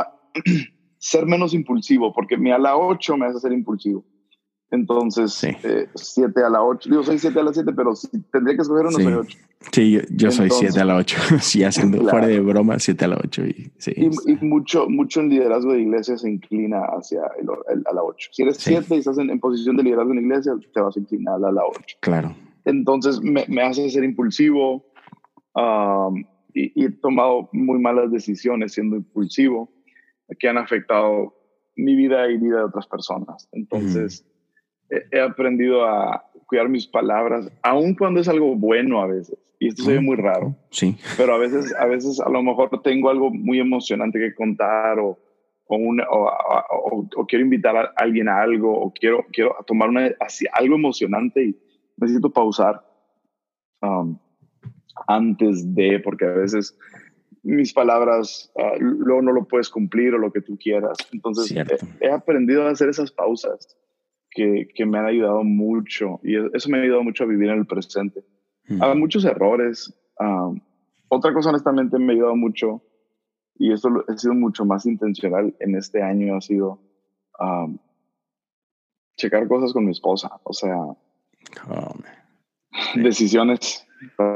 ser menos impulsivo, porque a la 8 me hace ser impulsivo. Entonces, 7 a la 8. Digo, soy 7 a las 7, pero si tendría que escoger uno, soy 8. Sí, yo soy 7 a la 8. Sí, haciendo fuera de broma, 7 a la 8. Y mucho en liderazgo de iglesia se inclina hacia a la 8. Si eres 7 y estás en posición de liderazgo en iglesia, te vas a inclinar a la 8. Claro. Entonces, me hace ser impulsivo. Y he tomado muy malas decisiones siendo impulsivo que han afectado mi vida y vida de otras personas. Entonces, he aprendido a cuidar mis palabras, aun cuando es algo bueno a veces. Y esto se ve muy raro. Sí. Pero a veces a lo mejor tengo algo muy emocionante que contar o quiero invitar a alguien a algo o quiero tomar algo emocionante y necesito pausar antes de, porque a veces mis palabras luego no lo puedes cumplir o lo que tú quieras. Entonces he aprendido a hacer esas pausas que me han ayudado mucho, y eso me ha ayudado mucho a vivir en el presente. Hay muchos errores. Otra cosa, honestamente, me ha ayudado mucho, y esto he sido mucho más intencional en este año, ha sido checar cosas con mi esposa. O sea, decisiones,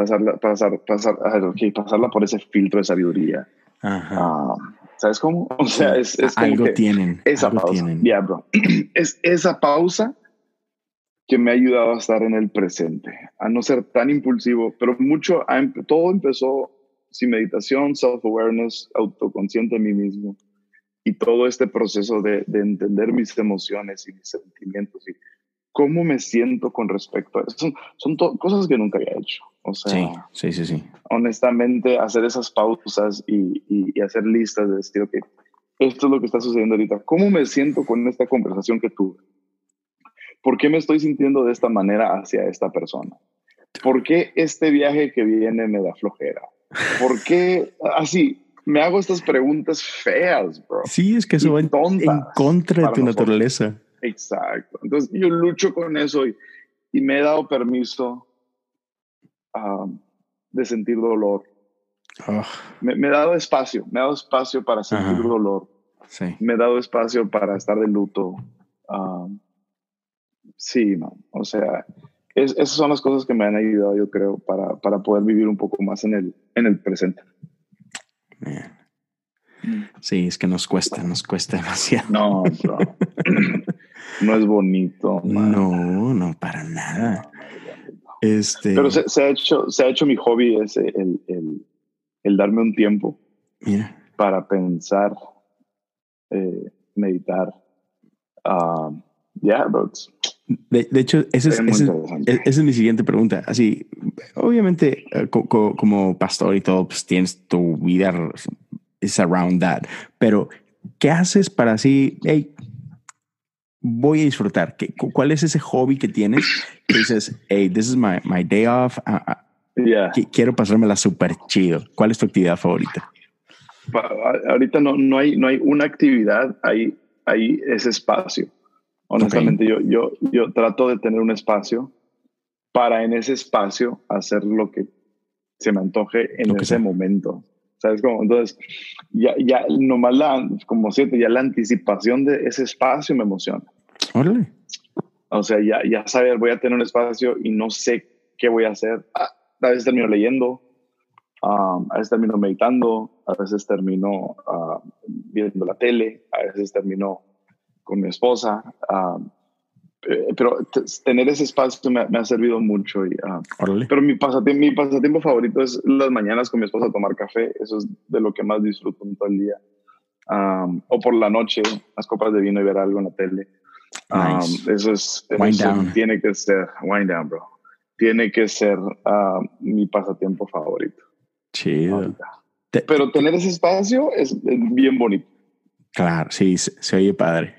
pasarla por ese filtro de sabiduría. ¿Sabes cómo? O sea, es como algo que tienen. Esa algo pausa. tienen. Yeah, bro. Es esa pausa que me ha ayudado a estar en el presente, a no ser tan impulsivo, pero todo empezó sin meditación, self-awareness, autoconsciente de mí mismo, y todo este proceso de entender mis emociones y mis sentimientos y cómo me siento con respecto a eso. Son cosas que nunca había hecho. O sea, sí. Honestamente, hacer esas pausas y hacer listas de decir, ok, esto es lo que está sucediendo ahorita. ¿Cómo me siento con esta conversación que tuve? ¿Por qué me estoy sintiendo de esta manera hacia esta persona? ¿Por qué este viaje que viene me da flojera? ¿Por qué así? me hago estas preguntas feas, bro. Sí, es que eso va en contra de tu naturaleza. Exacto. Entonces yo lucho con eso y me he dado permiso de sentir dolor. Me he dado espacio para sentir dolor. Sí. Me he dado espacio para estar de luto. Sí, man. O sea, esas son las cosas que me han ayudado, yo creo, para poder vivir un poco más en el presente. Man. Sí, es que nos cuesta demasiado. No, bro. No es bonito, man. No, para nada. Pero se ha hecho mi hobby el darme un tiempo para pensar, meditar. Bro. De hecho, esa es mi siguiente pregunta. Así, obviamente, como pastor y todo, pues tienes tu vida is around that. Pero, ¿qué haces para así, hey, voy a disfrutar? ¿Cuál es ese hobby que tienes? Que dices, hey, this is my day off. Quiero pasármela súper chido. ¿Cuál es tu actividad favorita? Ahorita no hay una actividad, hay ese espacio. Honestamente, yo trato de tener un espacio para en ese espacio hacer lo que se me antoje en ese momento. ¿Sabes cómo? Entonces, ya nomás ya la anticipación de ese espacio me emociona. Órale. O sea, ya saber, voy a tener un espacio y no sé qué voy a hacer. A veces termino leyendo, a veces termino meditando, a veces termino viendo la tele, a veces termino con mi esposa, pero tener ese espacio me ha servido mucho. Pero mi pasatiempo favorito es las mañanas con mi esposa tomar café. Eso es de lo que más disfruto en todo el día. O por la noche, las copas de vino y ver algo en la tele. Nice. Eso down. Tiene que ser, wind down, bro. Tiene que ser mi pasatiempo favorito. Chido. Pero tener ese espacio es bien bonito. Claro, sí, se oye padre.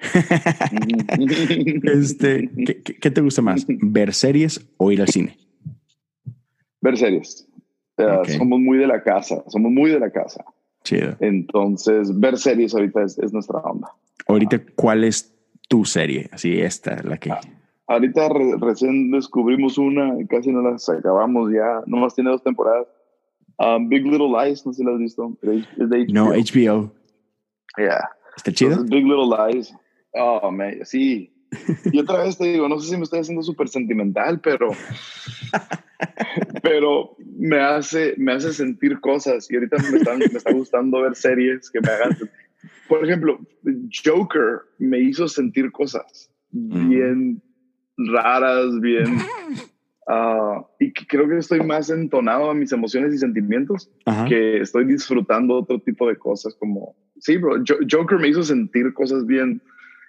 ¿Qué te gusta más? ¿Ver series o ir al cine? Ver series. Somos muy de la casa. Chido. Entonces, ver series ahorita es nuestra onda. Ahorita, ¿cuál es tu serie? Así, la que... Ahorita recién descubrimos una, casi no las acabamos ya. Nomás tiene 2 temporadas. Big Little Lies, no sé si la has visto. Es de HBO. No, HBO. Yeah. ¿Está chido? Entonces, Big Little Lies. Oh, man, sí. Y otra vez te digo, no sé si me estoy haciendo súper sentimental, pero me hace sentir cosas. Y ahorita me está gustando ver series que me hagan... Por ejemplo, Joker me hizo sentir cosas bien raras, bien... y creo que estoy más entonado a mis emociones y sentimientos, que estoy disfrutando otro tipo de cosas como... Sí, bro, Joker me hizo sentir cosas bien...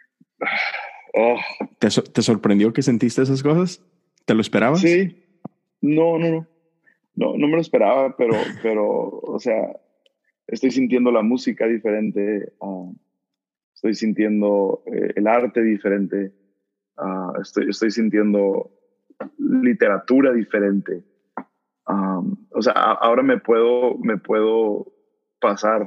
¿Te sorprendió que sentiste esas cosas? ¿Te lo esperabas? Sí. No me lo esperaba, pero o sea, estoy sintiendo la música diferente, estoy sintiendo el arte diferente, estoy sintiendo literatura diferente. O sea, ahora me puedo pasar,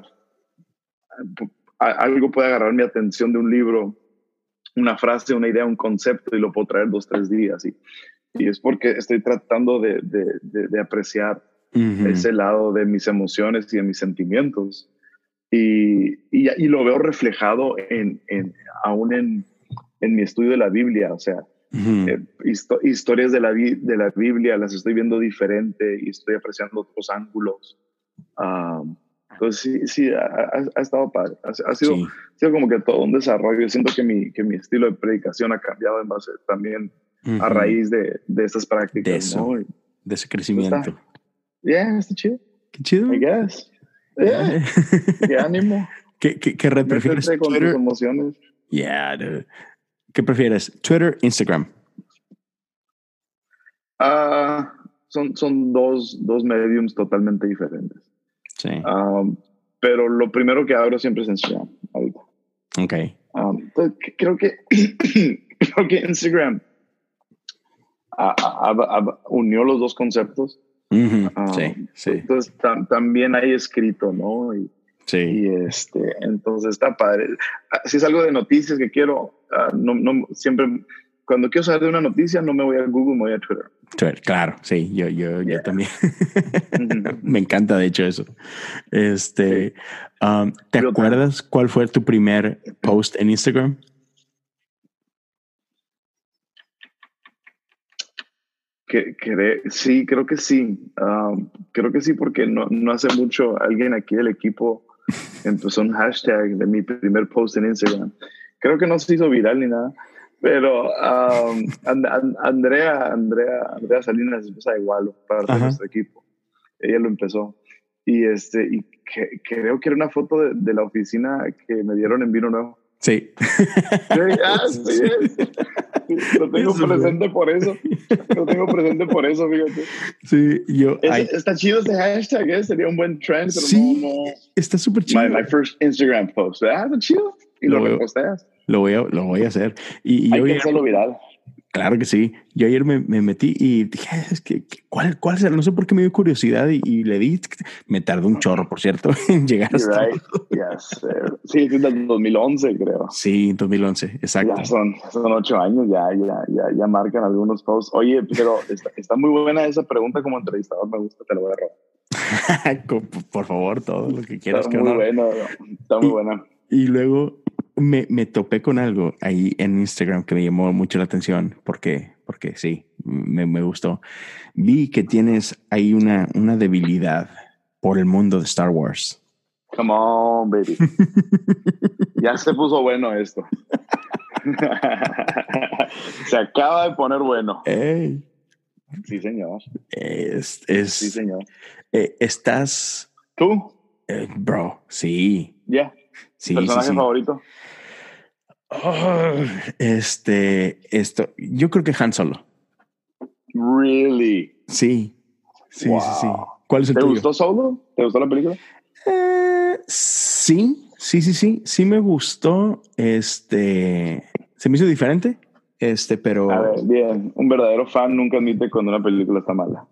algo puede agarrar mi atención de un libro, una frase, una idea, un concepto, y lo puedo traer 2-3 días. Y es porque estoy tratando de apreciar ese lado de mis emociones y de mis sentimientos. Y lo veo reflejado aún en mi estudio de la Biblia. O sea, historias de la Biblia las estoy viendo diferente y estoy apreciando otros ángulos. Entonces sí, ha estado padre. Ha sido como que todo un desarrollo. Siento que mi estilo de predicación ha cambiado en base también a raíz de estas prácticas. De eso, ¿no? De ese crecimiento. Está chido. Qué chido. I guess. Qué ánimo. ¿Qué red prefieres? Métete con Twitter. Tus emociones. Yeah, dude. ¿Qué prefieres? Twitter, Instagram. Son dos mediums totalmente diferentes. Sí. Pero lo primero que abro siempre es Instagram ahorita. Ok. Entonces, creo que Instagram unió los 2 conceptos. Sí. Entonces también hay escrito, ¿no? Sí. Y entonces está padre. Si es algo de noticias que quiero, siempre, cuando quiero saber de una noticia, no me voy a Google, me voy a Twitter. Twitter, claro, sí, yo también. Me encanta, de hecho, eso. ¿Te acuerdas cuál fue tu primer post en Instagram? Sí, creo que sí. Creo que sí, porque no hace mucho alguien aquí del equipo empezó un hashtag de mi primer post en Instagram. Creo que no se hizo viral ni nada, pero Andrea Salinas, esposa de Walo, parte de nuestro equipo, ella lo empezó. Y creo que era una foto de la oficina que me dieron en Vino Nuevo. Sí. Sí. Lo tengo presente por eso. Lo tengo presente por eso, fíjate. Sí, está chido ese hashtag, sería un buen trend, pero sí, no. Está súper chido. My first Instagram post. Está chido. Y lo reposteas. Lo voy a hacer. Hay que hacerlo viral. Claro que sí. Yo ayer me metí y dije, ¿cuál será? No sé por qué me dio curiosidad y le di. Me tardó un chorro, por cierto, en llegar hasta right. Yes, sí, es del 2011, creo. Sí, 2011, exacto. Ya son 8 años, ya marcan algunos posts. Oye, pero está muy buena esa pregunta como entrevistador, me gusta, te lo voy a robar. Por favor, todo lo que quieras. Está muy buena. Y luego me topé con algo ahí en Instagram que me llamó mucho la atención porque sí, me gustó. Vi que tienes ahí una debilidad por el mundo de Star Wars. Come on, baby. Ya se puso bueno esto. Se acaba de poner bueno. Hey. Sí, señor. Sí, señor. ¿Estás? ¿Tú? Bro, sí. Ya. Yeah. Sí, ¿Personaje favorito? Yo creo que Han Solo. Really? Sí. Wow. Sí. ¿Cuál es el tuyo? ¿Te gustó Solo? ¿Te gustó la película? Sí. Sí me gustó. Se me hizo diferente. Pero. A ver, bien. Un verdadero fan nunca admite cuando una película está mala.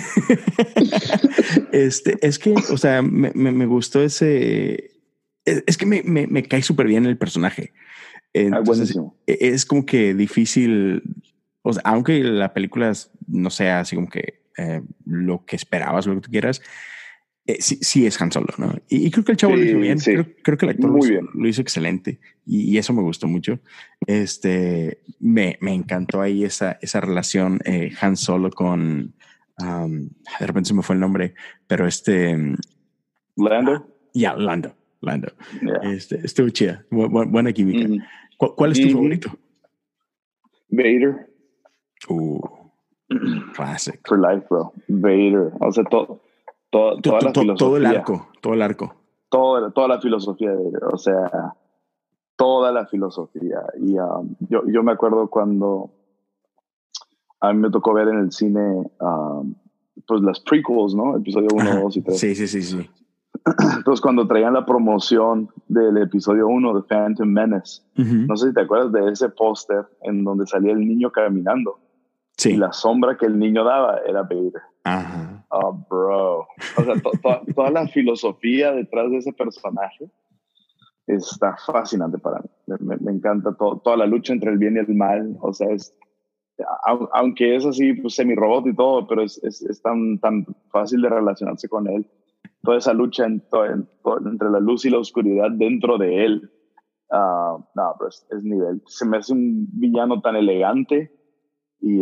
Es que, o sea, me gustó ese. Es que me cae súper bien el personaje. Entonces, es como que difícil. O sea, aunque la película no sea así como que lo que esperabas, lo que tú quieras, sí es Han Solo, ¿no? Y creo que el chavo lo hizo bien. Sí. Creo que el actor lo hizo excelente y eso me gustó mucho. Me encantó ahí esa relación Han Solo con de repente se me fue el nombre, pero Lando. Lando. Yeah. Estuvo chida, buena química. ¿Cuál es tu favorito? Vader. Classic. For life, bro. Vader. O sea, toda la filosofía. Todo el arco. Toda la filosofía de Vader. O sea, toda la filosofía. Y yo me acuerdo cuando a mí me tocó ver en el cine pues las prequels, ¿no? Episodio 1, 2 y 3. Sí. Entonces, cuando traían la promoción del episodio 1 de Phantom Menace, no sé si te acuerdas de ese póster en donde salía el niño caminando. Sí. Y la sombra que el niño daba era Vader. Ajá. Oh, bro. O sea, toda la filosofía detrás de ese personaje está fascinante para mí. Me encanta toda la lucha entre el bien y el mal. O sea, aunque es así, pues semi-robot y todo, pero es tan fácil de relacionarse con él. Toda esa lucha entre la luz y la oscuridad dentro de él. No, pero es nivel. Se me hace un villano tan elegante y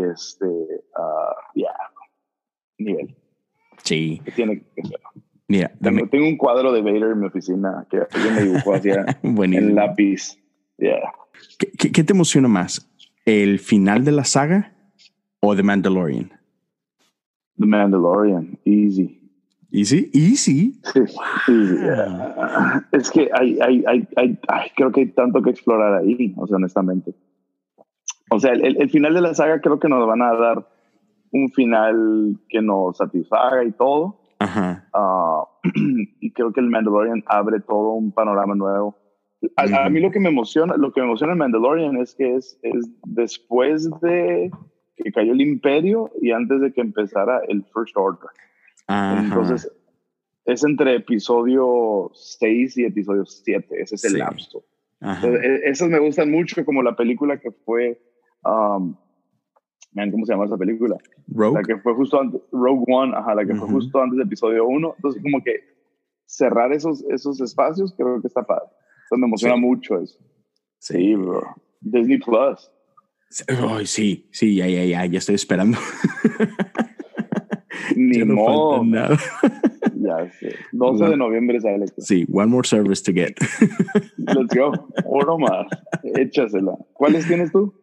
nivel. Sí. Que tiene que ser. Mira, tengo un cuadro de Vader en mi oficina que alguien me dibujó hacia en lápiz. Yeah. ¿Qué te emociona más? ¿El final de la saga o The Mandalorian? The Mandalorian, easy. ¿Easy? Sí, wow. Yeah. Es que creo que hay tanto que explorar ahí, o sea, honestamente. O sea, el final de la saga creo que nos van a dar un final que nos satisfaga y todo. Ajá. Y creo que el Mandalorian abre todo un panorama nuevo. A mí lo que me emociona el Mandalorian es que es después de que cayó el Imperio y antes de que empezara el First Order. Ajá. Entonces, es entre episodio 6 y episodio 7. Ese es el lapso. Entonces, esos me gustan mucho, como la película que fue... ¿cómo se llama esa película? Rogue. La que fue justo antes, Rogue One, la que fue justo antes de episodio 1. Entonces, como que cerrar esos espacios, creo que está padre. Entonces, me emociona mucho eso. Sí, bro. Disney Plus. Ay, sí, ya estoy esperando. Ni ya no modo. falta nada. Ya sé. 12 de noviembre sale. Sí, one more service to get. Let's go. Uno más. Échasela. ¿Cuáles tienes tú?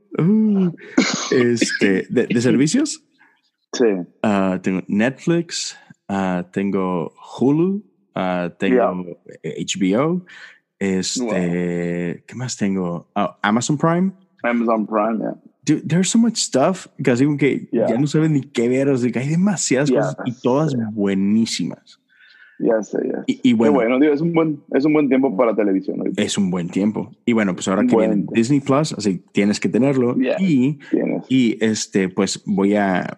¿De servicios? Sí. Tengo Netflix, tengo Hulu, tengo HBO, ¿qué más tengo? Amazon Prime. Amazon Prime, yeah. Dude, there's so much stuff que así como que ya no saben ni qué ver, o sea, que hay demasiadas cosas y todas buenísimas. Ya sé. Y bueno, qué bueno, digo, es un buen tiempo para televisión, ¿no? Es un buen tiempo. Y bueno, pues ahora que viene Disney Plus, así tienes que tenerlo. Y pues voy a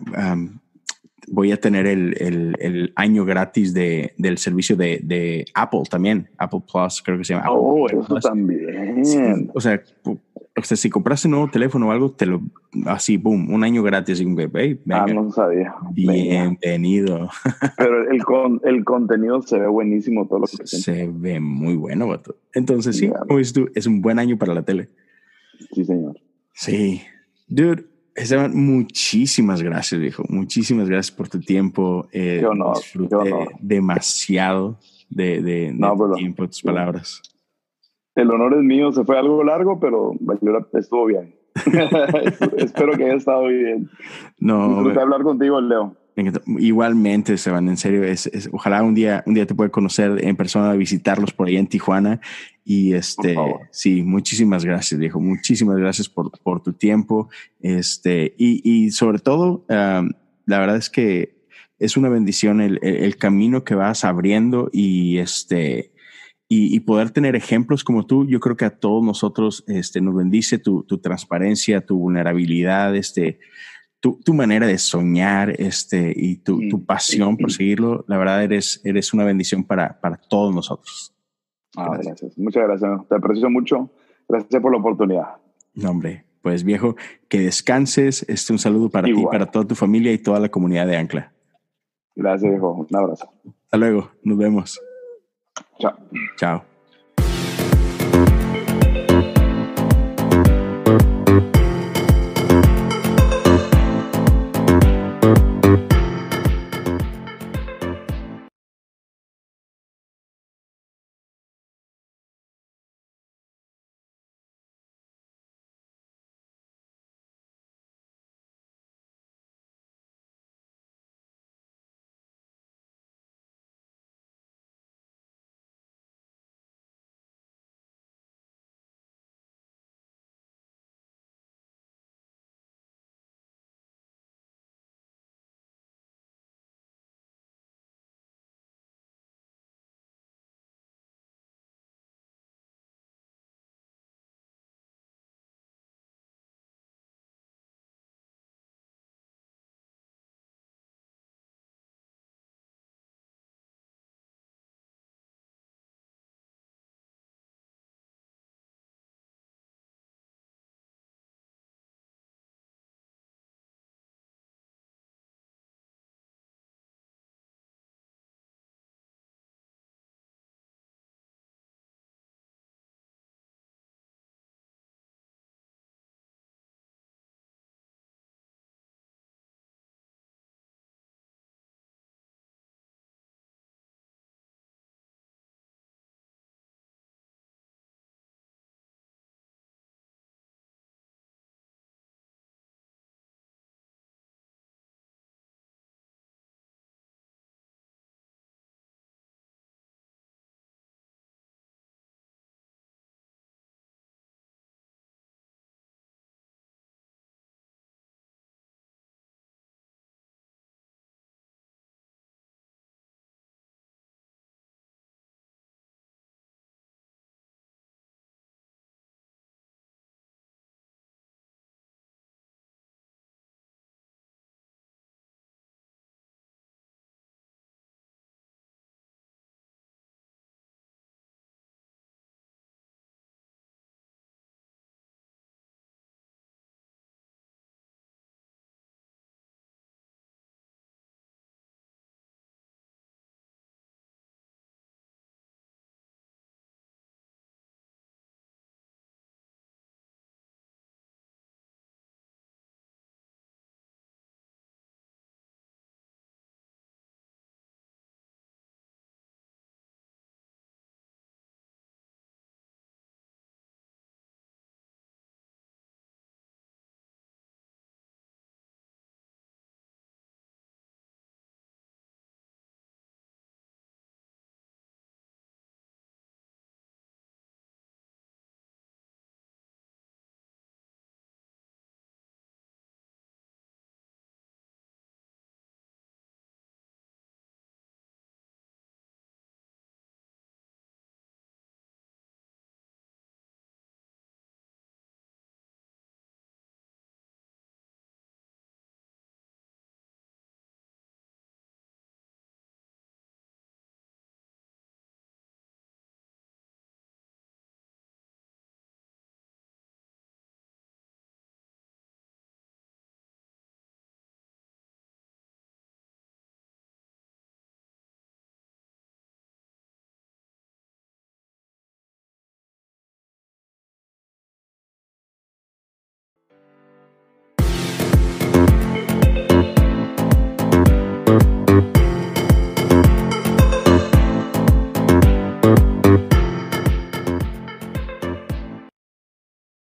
tener el año gratis del servicio de Apple también. Apple Plus, creo que se llama. Eso Plus. También. Sí, o sea, si compraste un nuevo teléfono o algo, te lo así, boom, un año gratis. Y venga, no sabía. Bienvenido. Pero el contenido se ve buenísimo, todo lo que se ve muy bueno, vato. Entonces, sí, como dices tú, es un buen año para la tele. Sí, señor. Sí. Dude, Esteban, muchísimas gracias, viejo. Muchísimas gracias por tu tiempo. Qué honor. Disfruté demasiado de tu tiempo, de tus palabras. El honor es mío. Se fue algo largo, pero estuvo bien. Espero que haya estado bien. Disfruté hablar contigo, Leo. Igualmente, Esteban, en serio, ojalá un día te pueda conocer en persona, visitarlos por allá en Tijuana. Y sí, muchísimas gracias, viejo. Muchísimas gracias por tu tiempo. Y sobre todo, la verdad es que es una bendición el camino que vas abriendo y poder tener ejemplos como tú. Yo creo que a todos nosotros nos bendice tu transparencia, tu vulnerabilidad, tu manera de soñar, y tu pasión por seguirlo. La verdad eres una bendición para todos nosotros. Gracias. Muchas gracias. Te aprecio mucho. Gracias por la oportunidad. No, hombre, pues viejo, que descanses. Un saludo para ti, para toda tu familia y toda la comunidad de Ancla. Gracias, viejo. Un abrazo. Hasta luego. Nos vemos. Chao. Chao.